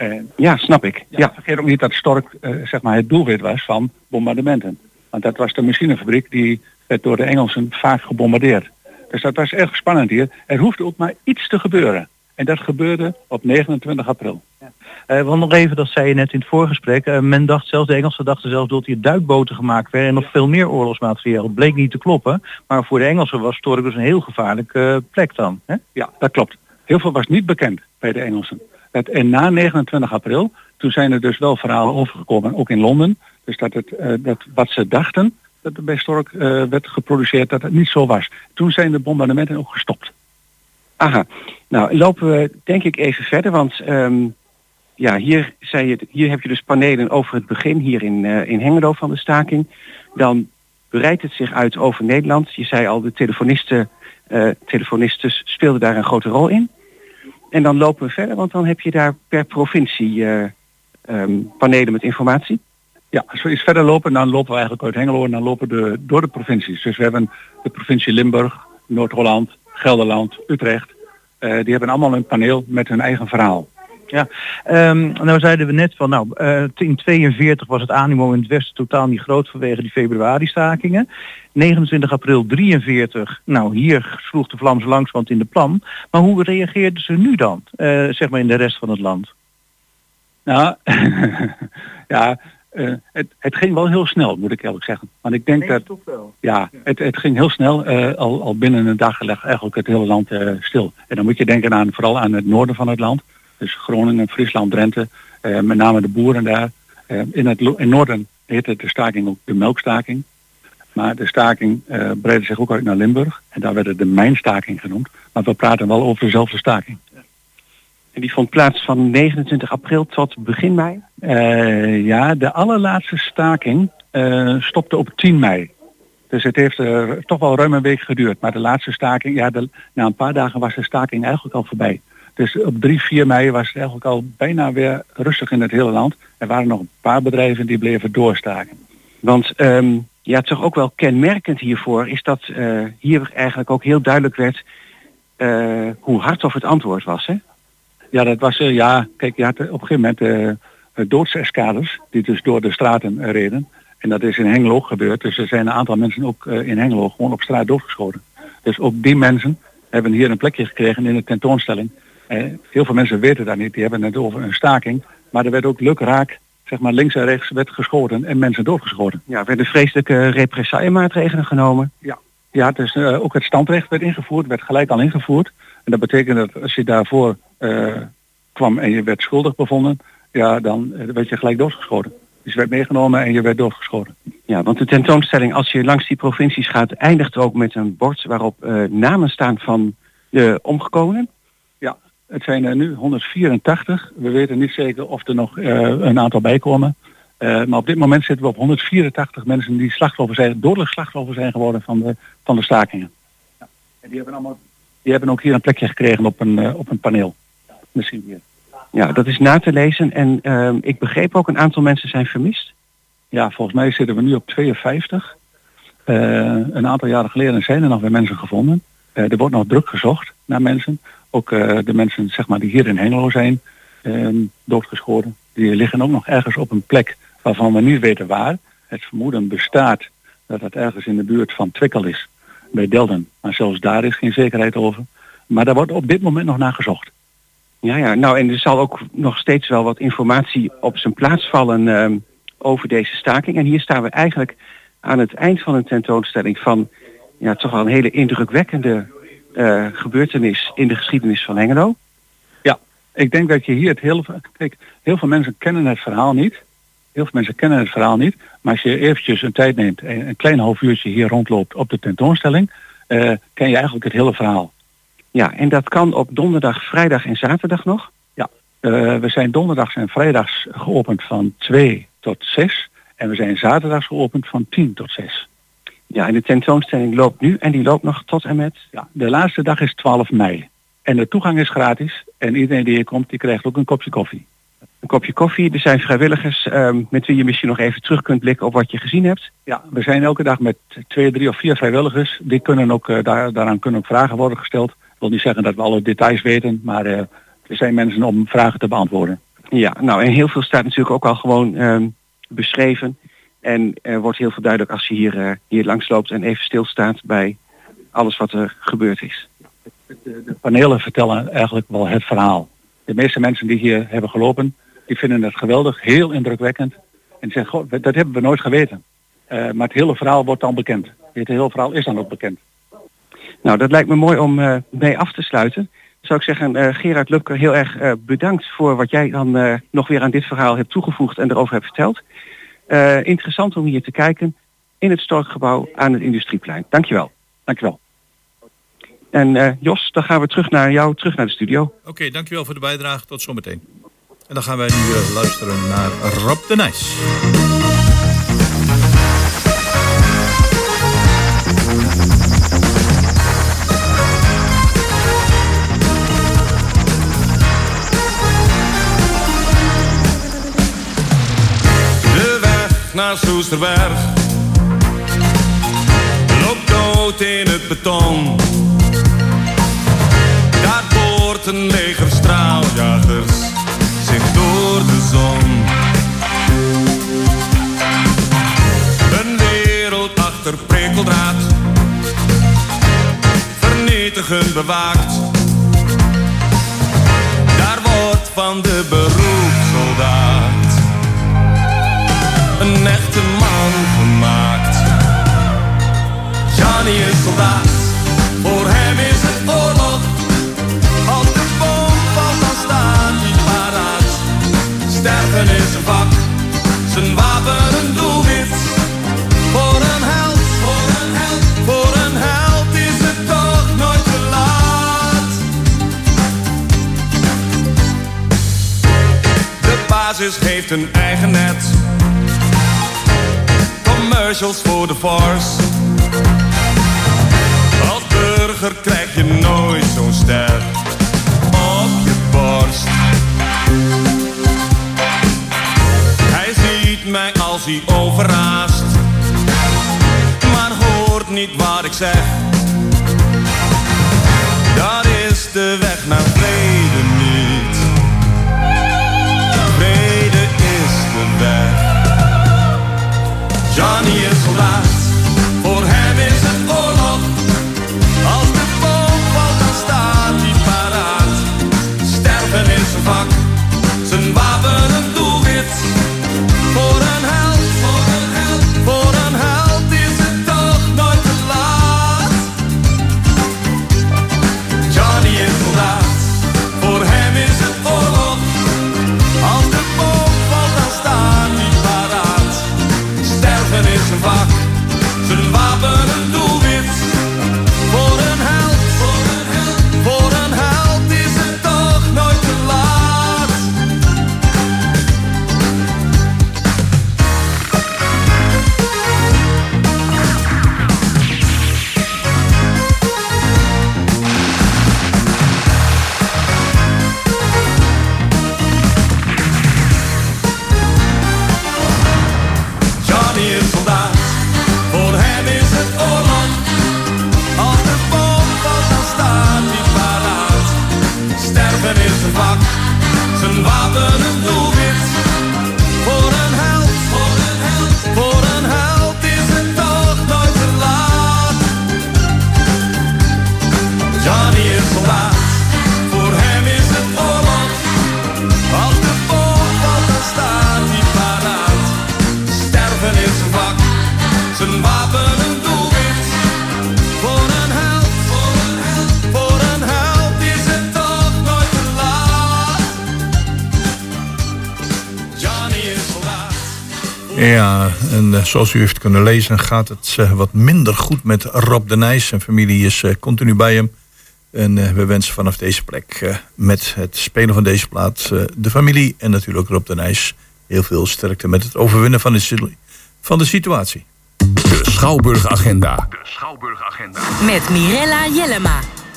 En, ja, snap ik. ja, Ja. Vergeet ook niet dat Stork uh, zeg maar het doelwit was van bombardementen. Want dat was de machinefabriek die werd door de Engelsen vaak gebombardeerd. Dus dat was erg spannend hier. Er hoefde ook maar iets te gebeuren. En dat gebeurde op negenentwintig april. Uh, want nog even, dat zei je net in het voorgesprek. Uh, men dacht zelfs, de Engelsen dachten zelfs dat hier duikboten gemaakt werden en nog veel meer oorlogsmateriaal. Dat bleek niet te kloppen. Maar voor de Engelsen was Stork dus een heel gevaarlijke uh, plek dan. Hè? Ja, dat klopt. Heel veel was niet bekend bij de Engelsen. Dat, en na negenentwintig april, toen zijn er dus wel verhalen overgekomen, ook in Londen. Dus dat, het, uh, dat wat ze dachten, dat er bij Stork uh, werd geproduceerd, dat het niet zo was. Toen zijn de bombardementen ook gestopt. Aha. Nou, lopen we denk ik even verder, want um, ja, hier, zei je, hier heb je dus panelen over het begin, hier in, uh, in Hengelo van de staking. Dan breidt het zich uit over Nederland. Je zei al, de telefonisten, uh, telefonisten speelden daar een grote rol in. En dan lopen we verder, want dan heb je daar per provincie uh, um, panelen met informatie. Ja, als we iets verder lopen, dan lopen we eigenlijk uit Hengelo en dan lopen we door de provincies. Dus we hebben de provincie Limburg, Noord-Holland, Gelderland, Utrecht. Uh, die hebben allemaal een paneel met hun eigen verhaal. Ja, um, nou zeiden we net van, nou, uh, in tweeënveertig was het animo in het Westen totaal niet groot vanwege die februari-stakingen. negenentwintig april drieënveertig, nou hier sloeg de vlam zo langzamerhand in de plan. Maar hoe reageerden ze nu dan, uh, zeg maar in de rest van het land? Nou, ja, uh, het, het ging wel heel snel, moet ik eerlijk zeggen. Want ik denk nee, dat, toch wel. ja, het, het ging heel snel. Uh, al, al binnen een dag lag eigenlijk het hele land uh, stil. En dan moet je denken aan vooral aan het noorden van het land. Dus Groningen, Friesland, Drenthe, uh, met name de boeren daar. Uh, in het in noorden heette de staking ook de melkstaking. Maar de staking uh, breidde zich ook uit naar Limburg. En daar werd het de mijnstaking genoemd. Maar we praten wel over dezelfde staking. En die vond plaats van negenentwintig april tot begin mei? Uh, ja, de allerlaatste staking uh, stopte op tien mei. Dus het heeft uh, toch wel ruim een week geduurd. Maar de laatste staking, ja, de, na een paar dagen was de staking eigenlijk al voorbij. Dus op drie, vier mei was het eigenlijk al bijna weer rustig in het hele land. Er waren nog een paar bedrijven die bleven doorstaken. Want um, ja, toch ook wel kenmerkend hiervoor is dat uh, hier eigenlijk ook heel duidelijk werd uh, hoe hardop het antwoord was, hè? Ja, dat was, uh, ja, kijk, je had op een gegeven moment uh, doodseskaders die dus door de straten uh, reden. En dat is in Hengelo gebeurd. Dus er zijn een aantal mensen ook uh, in Hengelo gewoon op straat doodgeschoten. Dus ook die mensen hebben hier een plekje gekregen in de tentoonstelling. Uh, heel veel mensen weten dat niet. Die hebben het over een staking. Maar er werd ook lukraak, zeg maar links en rechts, werd geschoten en mensen doodgeschoten. Ja, er werden vreselijke repressiemaatregelen genomen. Ja, ja dus uh, ook het standrecht werd ingevoerd, werd gelijk al ingevoerd. En dat betekent dat als je daarvoor uh, kwam en je werd schuldig bevonden, ja, dan uh, werd je gelijk doodgeschoten. Dus je werd meegenomen en je werd doodgeschoten. Ja, want de tentoonstelling, als je langs die provincies gaat, eindigt ook met een bord waarop uh, namen staan van de omgekomenen. Ja, het zijn er nu honderdvierentachtig. We weten niet zeker of er nog uh, een aantal bij komen. Uh, maar op dit moment zitten we op honderdvierentachtig mensen die slachtoffer zijn, dodelijk slachtoffer zijn geworden van de, van de stakingen. Ja. En die hebben allemaal, die hebben ook hier een plekje gekregen op een, uh, op een paneel. Misschien hier. Ja, dat is na te lezen. En uh, ik begreep ook een aantal mensen zijn vermist. Ja, volgens mij zitten we nu op tweeënvijftig. Uh, een aantal jaren geleden zijn er nog weer mensen gevonden. Uh, er wordt nog druk gezocht naar mensen. Ook uh, de mensen zeg maar, die hier in Hengelo zijn uh, doodgeschoten. Die liggen ook nog ergens op een plek waarvan we niet weten waar. Het vermoeden bestaat dat het ergens in de buurt van Twickel is. Bij Delden. Maar zelfs daar is geen zekerheid over. Maar daar wordt op dit moment nog naar gezocht. Ja, ja, nou en er zal ook nog steeds wel wat informatie op zijn plaats vallen uh, over deze staking. En hier staan we eigenlijk aan het eind van een tentoonstelling van ja, toch wel een hele indrukwekkende uh, gebeurtenis in de geschiedenis van Hengelo. Ja, ik denk dat je hier het heel... Kijk, heel veel mensen kennen het verhaal niet. Heel veel mensen kennen het verhaal niet. Maar als je eventjes een tijd neemt en een klein half uurtje hier rondloopt op de tentoonstelling, uh, ken je eigenlijk het hele verhaal. Ja, en dat kan op donderdag, vrijdag en zaterdag nog? Ja, uh, we zijn donderdags en vrijdags geopend van twee tot zes. En we zijn zaterdags geopend van tien tot zes. Ja, en de tentoonstelling loopt nu en die loopt nog tot en met? Ja, de laatste dag is twaalf mei. En de toegang is gratis. En iedereen die hier komt, die krijgt ook een kopje koffie. Een kopje koffie. Er zijn vrijwilligers um, met wie je misschien nog even terug kunt blikken op wat je gezien hebt. Ja, we zijn elke dag met twee, drie of vier vrijwilligers. Die kunnen ook, uh, daar, daaraan kunnen ook vragen worden gesteld. Ik wil niet zeggen dat we alle details weten, maar uh, er zijn mensen om vragen te beantwoorden. Ja, nou en heel veel staat natuurlijk ook al gewoon um, beschreven. En er wordt heel veel duidelijk als je hier, uh, hier langs loopt en even stilstaat bij alles wat er gebeurd is. De, de panelen vertellen eigenlijk wel het verhaal. De meeste mensen die hier hebben gelopen, die vinden het geweldig, heel indrukwekkend. En zeggen, goh, dat hebben we nooit geweten. Uh, maar het hele verhaal wordt dan bekend. Het hele verhaal is dan ook bekend. Nou, dat lijkt me mooi om uh, mee af te sluiten. Zou ik zeggen, uh, Gerard Lubke, heel erg uh, bedankt voor wat jij dan uh, nog weer aan dit verhaal hebt toegevoegd en erover hebt verteld. Uh, interessant om hier te kijken in het Storkgebouw aan het Industrieplein. Dankjewel. Dankjewel. En uh, Jos, dan gaan we terug naar jou, terug naar de studio. Oké, okay, dankjewel voor de bijdrage. Tot zometeen. En dan gaan wij nu uh, luisteren naar Rob de Nijs. De weg naar Soesterberg loopt dood in het beton. Daar boort een leger straaljagers zich door de zon. Een wereld achter prikkeldraad, vernietigend bewaakt. Daar wordt van de beroepssoldaat een echte man gemaakt. Johnny is soldaat, voor hem is het oorlog. Als de bom valt, dan staat hij paraat. Sterven is een vak, zijn wapen een doelwit. Voor een held, voor een held, voor een held is het toch nooit te laat. De basis heeft een eigen net. Commercials voor de Force. Als burger krijg je nooit zo'n ster op je borst. Hij ziet mij als hij overraast, maar hoort niet wat ik zeg. Dat is de weg naar vrede niet. Vrede is de weg. Johnny is soldaat, voor hem is het oorlog. Als de bom valt, dan staat hij paraat. Sterven is zijn vak, zijn wapen een doelwit. Voor een held, voor een held, voor een held is het toch nooit te laat. Johnny is soldaat, voor hem is het oorlog. Als de bom valt, dan staat hij paraat. Sterven is zijn vak, zijn wapen een doelwit. Voor een held, voor een held, voor een held is het toch nooit te laat. Johnny is soldaat, voor hem is het oorlog. Als de bom valt, dan staat hij paraat. Sterven is zijn vak, zijn wapen een doelwit. Voor een held, voor een held, voor een held is het toch nooit te laat. Johnny is soldaat, voor hem is het oorlog. Als de bom valt, dan staat hij paraat. Sterven is zijn vak, zijn wapen een doelwit. Voor een held, voor een held, voor een held is het toch nooit te laat. Johnny is soldaat. Ja, en uh, zoals u heeft kunnen lezen gaat het uh, wat minder goed met Rob de Nijs. Zijn familie is uh, continu bij hem. En uh, we wensen vanaf deze plek uh, met het spelen van deze plaat uh, de familie en natuurlijk Rob de Nijs heel veel sterkte met het overwinnen van de, van de situatie. De Schouwburg Agenda. De Schouwburg Agenda. Met Mirella Jellema.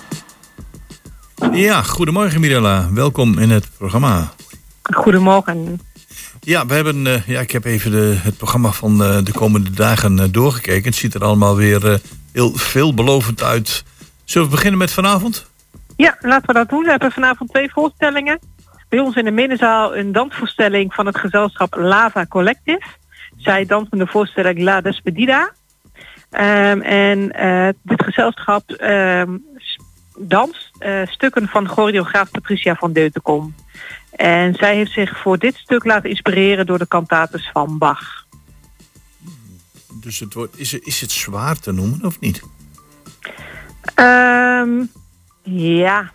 Ja, goedemorgen Mirella. Welkom in het programma. Goedemorgen. Ja, we hebben, uh, ja, ik heb even de, het programma van uh, de komende dagen uh, doorgekeken. Het ziet er allemaal weer uh, heel veelbelovend uit. Zullen we beginnen met vanavond? Ja, laten we dat doen. We hebben vanavond twee voorstellingen. bij ons in de middenzaal een dansvoorstelling van het gezelschap Lava Collective. Zij dansen de voorstelling La Despedida. Um, en uh, dit gezelschap um, danst uh, stukken van choreograaf Patricia van Deutenkom. En zij heeft zich voor dit stuk laten inspireren door de cantates van Bach. Dus het wordt, is, is het zwaar te noemen of niet? Um, ja.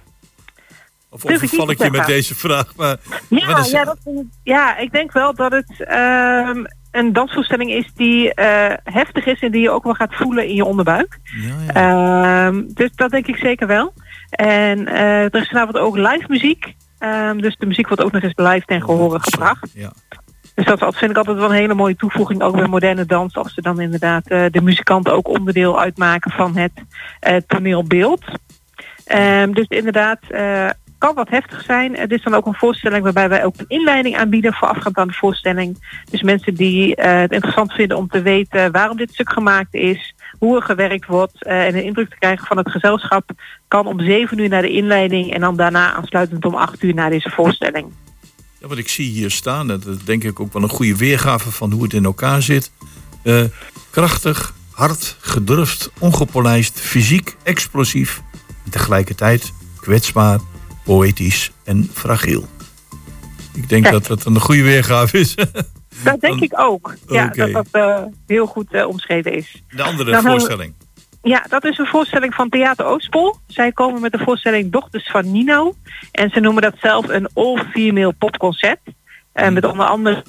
Of overval ik je met deze vraag? Maar, ja, maar is... ja, dat, ja, ik denk wel dat het um, een dansvoorstelling is die uh, heftig is en die je ook wel gaat voelen in je onderbuik. Ja, ja. Um, dus dat denk ik zeker wel. En uh, er is vanavond ook live muziek. Um, dus de muziek wordt ook nog eens live ten gehore oh, gebracht. Ja. Dus dat vind ik altijd wel een hele mooie toevoeging, ook bij moderne dans, als ze dan inderdaad uh, de muzikanten ook onderdeel uitmaken van het uh, toneelbeeld. Um, dus inderdaad, uh, kan wat heftig zijn. Het is dan ook een voorstelling waarbij wij ook een inleiding aanbieden voorafgaand aan de voorstelling. Dus mensen die uh, het interessant vinden om te weten waarom dit stuk gemaakt is, hoe er gewerkt wordt uh, en een indruk te krijgen van het gezelschap, kan om zeven uur naar de inleiding en dan daarna aansluitend om acht uur naar deze voorstelling. Ja, wat ik zie hier staan, dat is denk ik ook wel een goede weergave van hoe het in elkaar zit. Uh, krachtig, hard, gedurfd, ongepolijst, fysiek, explosief en tegelijkertijd kwetsbaar, poëtisch en fragiel. Ik denk Kijk. dat dat een goede weergave is. Dat denk ik ook. Ja, okay. dat dat uh, heel goed uh, omschreven is. De andere Dan voorstelling. We, ja, dat is een voorstelling van Theater Oostpol. Zij komen met de voorstelling Dochters van Nino. En ze noemen dat zelf een all-female popconcert. Uh, met onder andere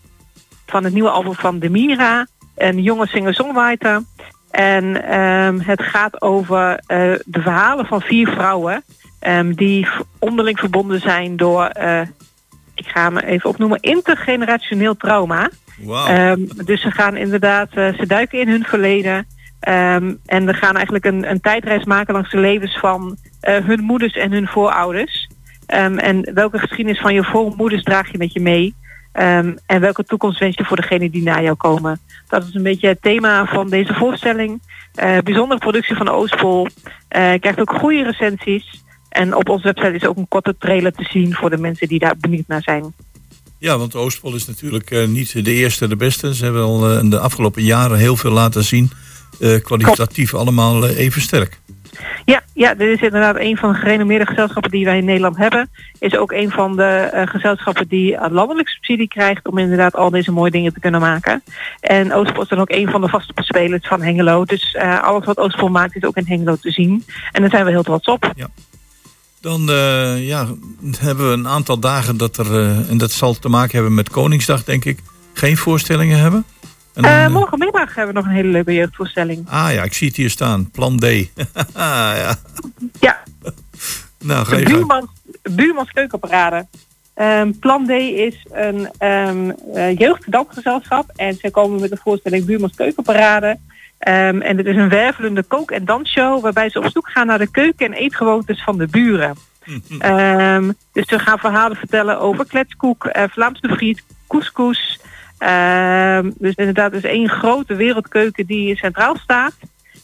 van het nieuwe album van Demira. Een jonge singer-songwriter. En um, het gaat over uh, de verhalen van vier vrouwen. Um, die onderling verbonden zijn door... Uh, ik ga me even opnoemen, intergenerationeel trauma. Wow. Um, dus ze gaan inderdaad, uh, ze duiken in hun verleden. Um, en we gaan eigenlijk een, een tijdreis maken langs de levens van uh, hun moeders en hun voorouders. Um, en welke geschiedenis van je voormoeders draag je met je mee? Um, en welke toekomst wens je voor degenen die na jou komen? Dat is een beetje het thema van deze voorstelling. Uh, bijzondere productie van Oostpol. Uh, krijgt ook goede recensies. En op onze website is ook een korte trailer te zien voor de mensen die daar benieuwd naar zijn. Ja, want Oostpol is natuurlijk uh, niet de eerste de beste. Ze hebben al uh, in de afgelopen jaren heel veel laten zien. Uh, kwalitatief Kom. allemaal uh, even sterk. Ja, ja, dit is inderdaad een van de gerenommeerde gezelschappen die wij in Nederland hebben. Is ook een van de uh, gezelschappen die uh, landelijke subsidie krijgt om inderdaad al deze mooie dingen te kunnen maken. En Oostpol is dan ook een van de vaste spelers van Hengelo. Dus uh, alles wat Oostpol maakt is ook in Hengelo te zien. En daar zijn we heel trots op. Ja. Dan uh, ja, hebben we een aantal dagen dat er, uh, en dat zal te maken hebben met Koningsdag, denk ik, geen voorstellingen hebben. En dan, uh, morgenmiddag hebben we nog een hele leuke jeugdvoorstelling. Ah ja, ik zie het hier staan. Plan D. ja. ja. Nou, ga je Buurmans, Buurmans Keukenparade. Um, Plan D is een um, uh, jeugddansgezelschap. En zij komen met de voorstelling Buurmans Keukenparade. Um, en het is een wervelende kook- en dansshow waarbij ze op zoek gaan naar de keuken- en eetgewoontes van de buren. um, dus ze gaan verhalen vertellen over kletskoek, uh, Vlaamse friet, couscous. Um, dus inderdaad, het is één grote wereldkeuken die centraal staat.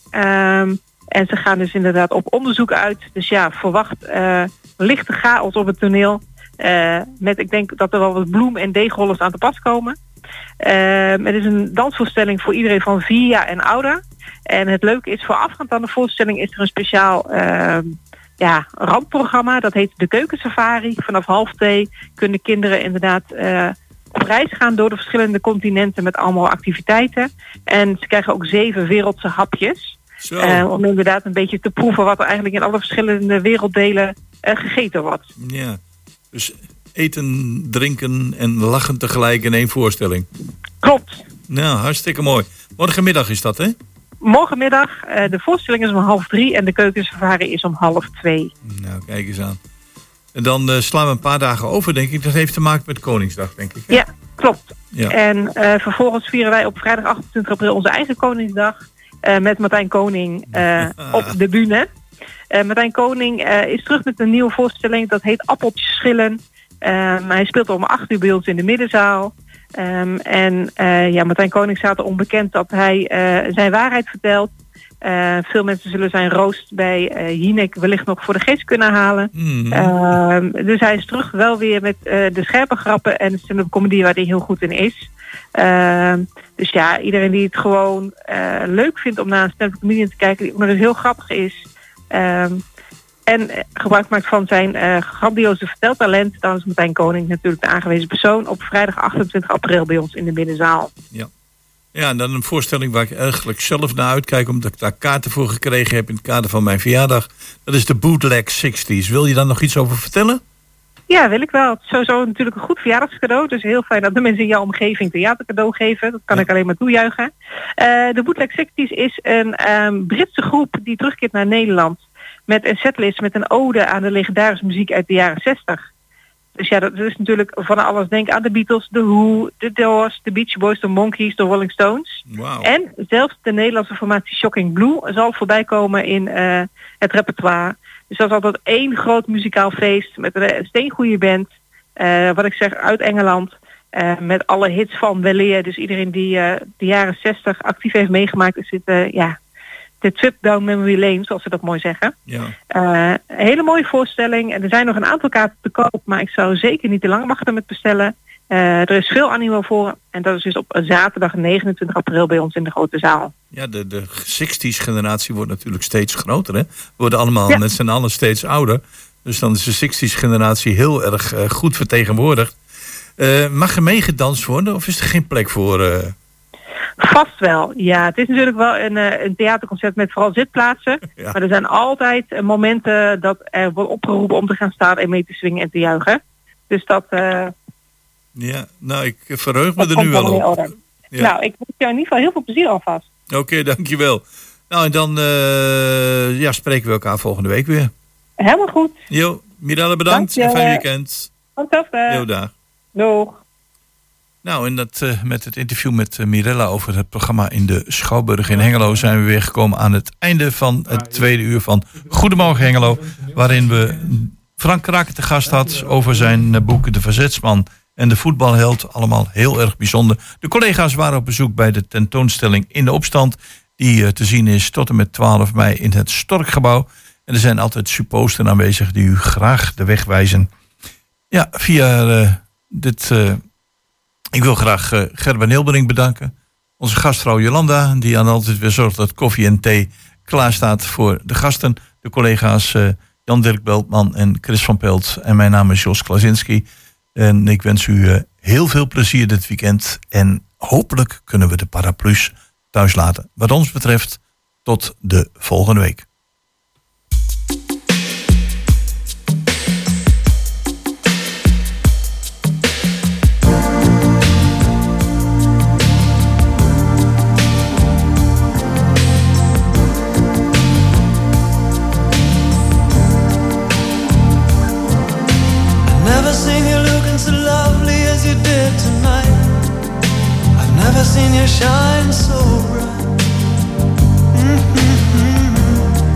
Um, en ze gaan dus inderdaad op onderzoek uit. Dus ja, verwacht uh, lichte chaos op het toneel. Uh, met, ik denk dat er wel wat bloem- en deegrollers aan te pas komen. Uh, het is een dansvoorstelling voor iedereen van vier jaar en ouder. En het leuke is, voorafgaand aan de voorstelling is er een speciaal uh, ja, randprogramma. Dat heet de Keukensafari. Vanaf half twee kunnen kinderen inderdaad uh, op reis gaan door de verschillende continenten met allemaal activiteiten. En ze krijgen ook zeven wereldse hapjes. Uh, om inderdaad een beetje te proeven wat er eigenlijk in alle verschillende werelddelen uh, gegeten wordt. Ja, dus eten, drinken en lachen tegelijk in één voorstelling. Klopt. Nou, hartstikke mooi. Morgenmiddag is dat, hè? Morgenmiddag. Uh, de voorstelling is om half drie en de keukensafari is om half twee. Nou, kijk eens aan. En dan uh, slaan we een paar dagen over, denk ik. Dat heeft te maken met Koningsdag, denk ik. Hè? Ja, klopt. Ja. En uh, vervolgens vieren wij op vrijdag achtentwintig april onze eigen Koningsdag. Uh, met Martijn Koning uh, op de bühne. Uh, Martijn Koning uh, is terug met een nieuwe voorstelling. Dat heet Appeltjes Schillen. Um, hij speelt om acht uur bij ons in de middenzaal. Um, en uh, ja, Martijn Koning staat er onbekend dat hij uh, zijn waarheid vertelt. Uh, veel mensen zullen zijn roost bij uh, Jinek wellicht nog voor de geest kunnen halen. Mm. Uh, dus hij is terug wel weer met uh, de scherpe grappen en de stand-up comedy waar hij heel goed in is. Uh, dus ja, iedereen die het gewoon uh, leuk vindt om naar een stand-up comedian te kijken, die ook nog eens heel grappig is. Uh, en gebruik maakt van zijn uh, grandioze verteltalent, dan is Martijn Koning natuurlijk de aangewezen persoon op vrijdag achtentwintig april bij ons in de Middenzaal. Ja. Ja, en dan een voorstelling waar ik eigenlijk zelf naar uitkijk, omdat ik daar kaarten voor gekregen heb in het kader van mijn verjaardag. Dat is de Bootleg zestig's. Wil je daar nog iets over vertellen? Ja, wil ik wel. Het is sowieso natuurlijk een goed verjaardagscadeau. Dus heel fijn dat de mensen in jouw omgeving theatercadeau geven. Dat kan ja. ik alleen maar toejuichen. Uh, de Bootleg zestig's is een um, Britse groep die terugkeert naar Nederland. Met een setlist met een ode aan de legendarische muziek uit de jaren zestig. Dus ja, dat is natuurlijk van alles. Denk aan de Beatles, de Who, de Doors, de Beach Boys, de Monkees, de Rolling Stones. Wow. En zelfs de Nederlandse formatie Shocking Blue zal voorbij komen in uh, het repertoire. Dus dat is altijd één groot muzikaal feest met een steengoede band. Uh, wat ik zeg, uit Engeland. Uh, met alle hits van weleer. Dus iedereen die uh, de jaren zestig actief heeft meegemaakt, is dit, uh, ja, de trip down memory lane, zoals ze dat mooi zeggen. Ja. Uh, een hele mooie voorstelling. En er zijn nog een aantal kaarten te koop, maar ik zou zeker niet te lang wachten met bestellen. Uh, er is veel animo voor. En dat is dus op zaterdag negenentwintig april bij ons in de grote zaal. Ja, de, de zestig's generatie wordt natuurlijk steeds groter. Hè? We worden allemaal ja. met z'n allen steeds ouder. Dus dan is de zestig's generatie heel erg uh, goed vertegenwoordigd. Uh, mag er meegedanst worden of is er geen plek voor? Uh... Vast wel, ja. Het is natuurlijk wel een, uh, een theaterconcert met vooral zitplaatsen. Ja. Maar er zijn altijd uh, momenten dat er wordt opgeroepen om te gaan staan en mee te swingen en te juichen. Dus dat... Uh, ja, nou ik verheug me er nu wel op. Ja. Nou, ik wens jou in ieder geval heel veel plezier alvast. Oké, okay, dankjewel. Nou, en dan uh, ja, spreken we elkaar volgende week weer. Helemaal goed. Jo, Mirella bedankt en fijn weekend. Fantastisch. Jo, dag. Doeg. Nou, en dat, uh, met het interview met uh, Mirella over het programma in de Schouwburg in Hengelo zijn we weer gekomen aan het einde van het tweede uur van Goedemorgen Hengelo, waarin we Frank Kraken te gast had over zijn uh, boek De Verzetsman en de voetbalheld. Allemaal heel erg bijzonder. De collega's waren op bezoek bij de tentoonstelling In de Opstand, die uh, te zien is tot en met twaalf mei in het Storkgebouw. En er zijn altijd supposten aanwezig die u graag de weg wijzen. Ja, via uh, dit... Uh, ik wil graag uh, Gerben Hilbering bedanken. Onze gastvrouw Jolanda, die aan altijd weer zorgt dat koffie en thee klaar staat voor de gasten. De collega's uh, Jan-Dirk Beltman en Chris van Pelt. En mijn naam is Jos Klasinski. En ik wens u uh, heel veel plezier dit weekend. En hopelijk kunnen we de paraplu's thuis laten. Wat ons betreft, tot de volgende week. Shine so bright. Mm-hmm.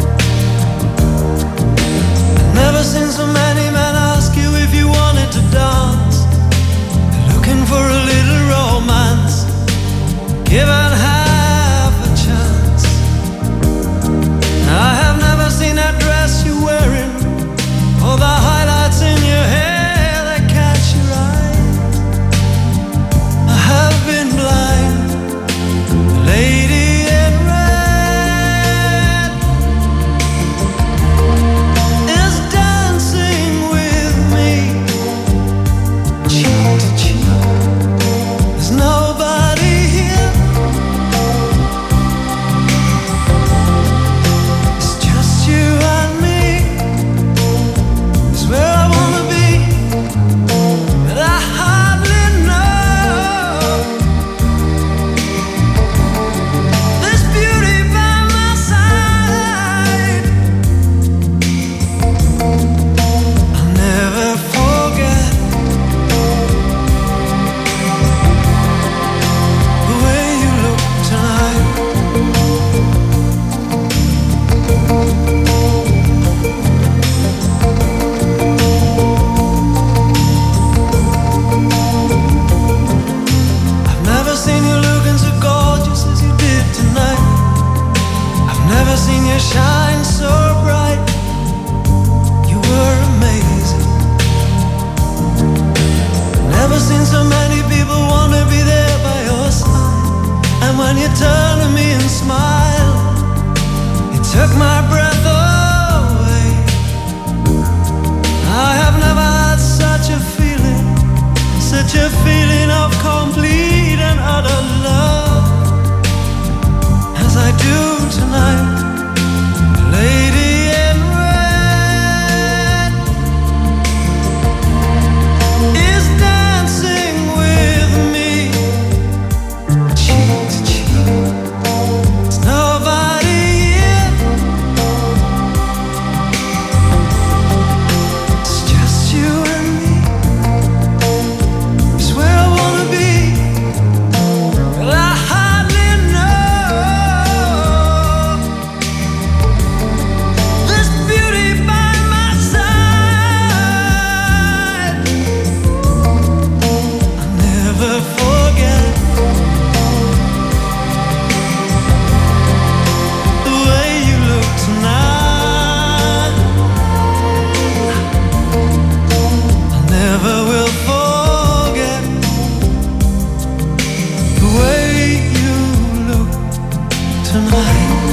turned to me and smiled. It took my breath away. I have never had such a feeling, such a feeling of complete and utter love as I do tonight. Lady in red is dancing with me, cheek to cheek. There's nobody here, it's just you and me. It's where I wanna be. Well, I hardly know this beauty by my side. I'll never forget the way you look tonight. I never will forget the way you look tonight.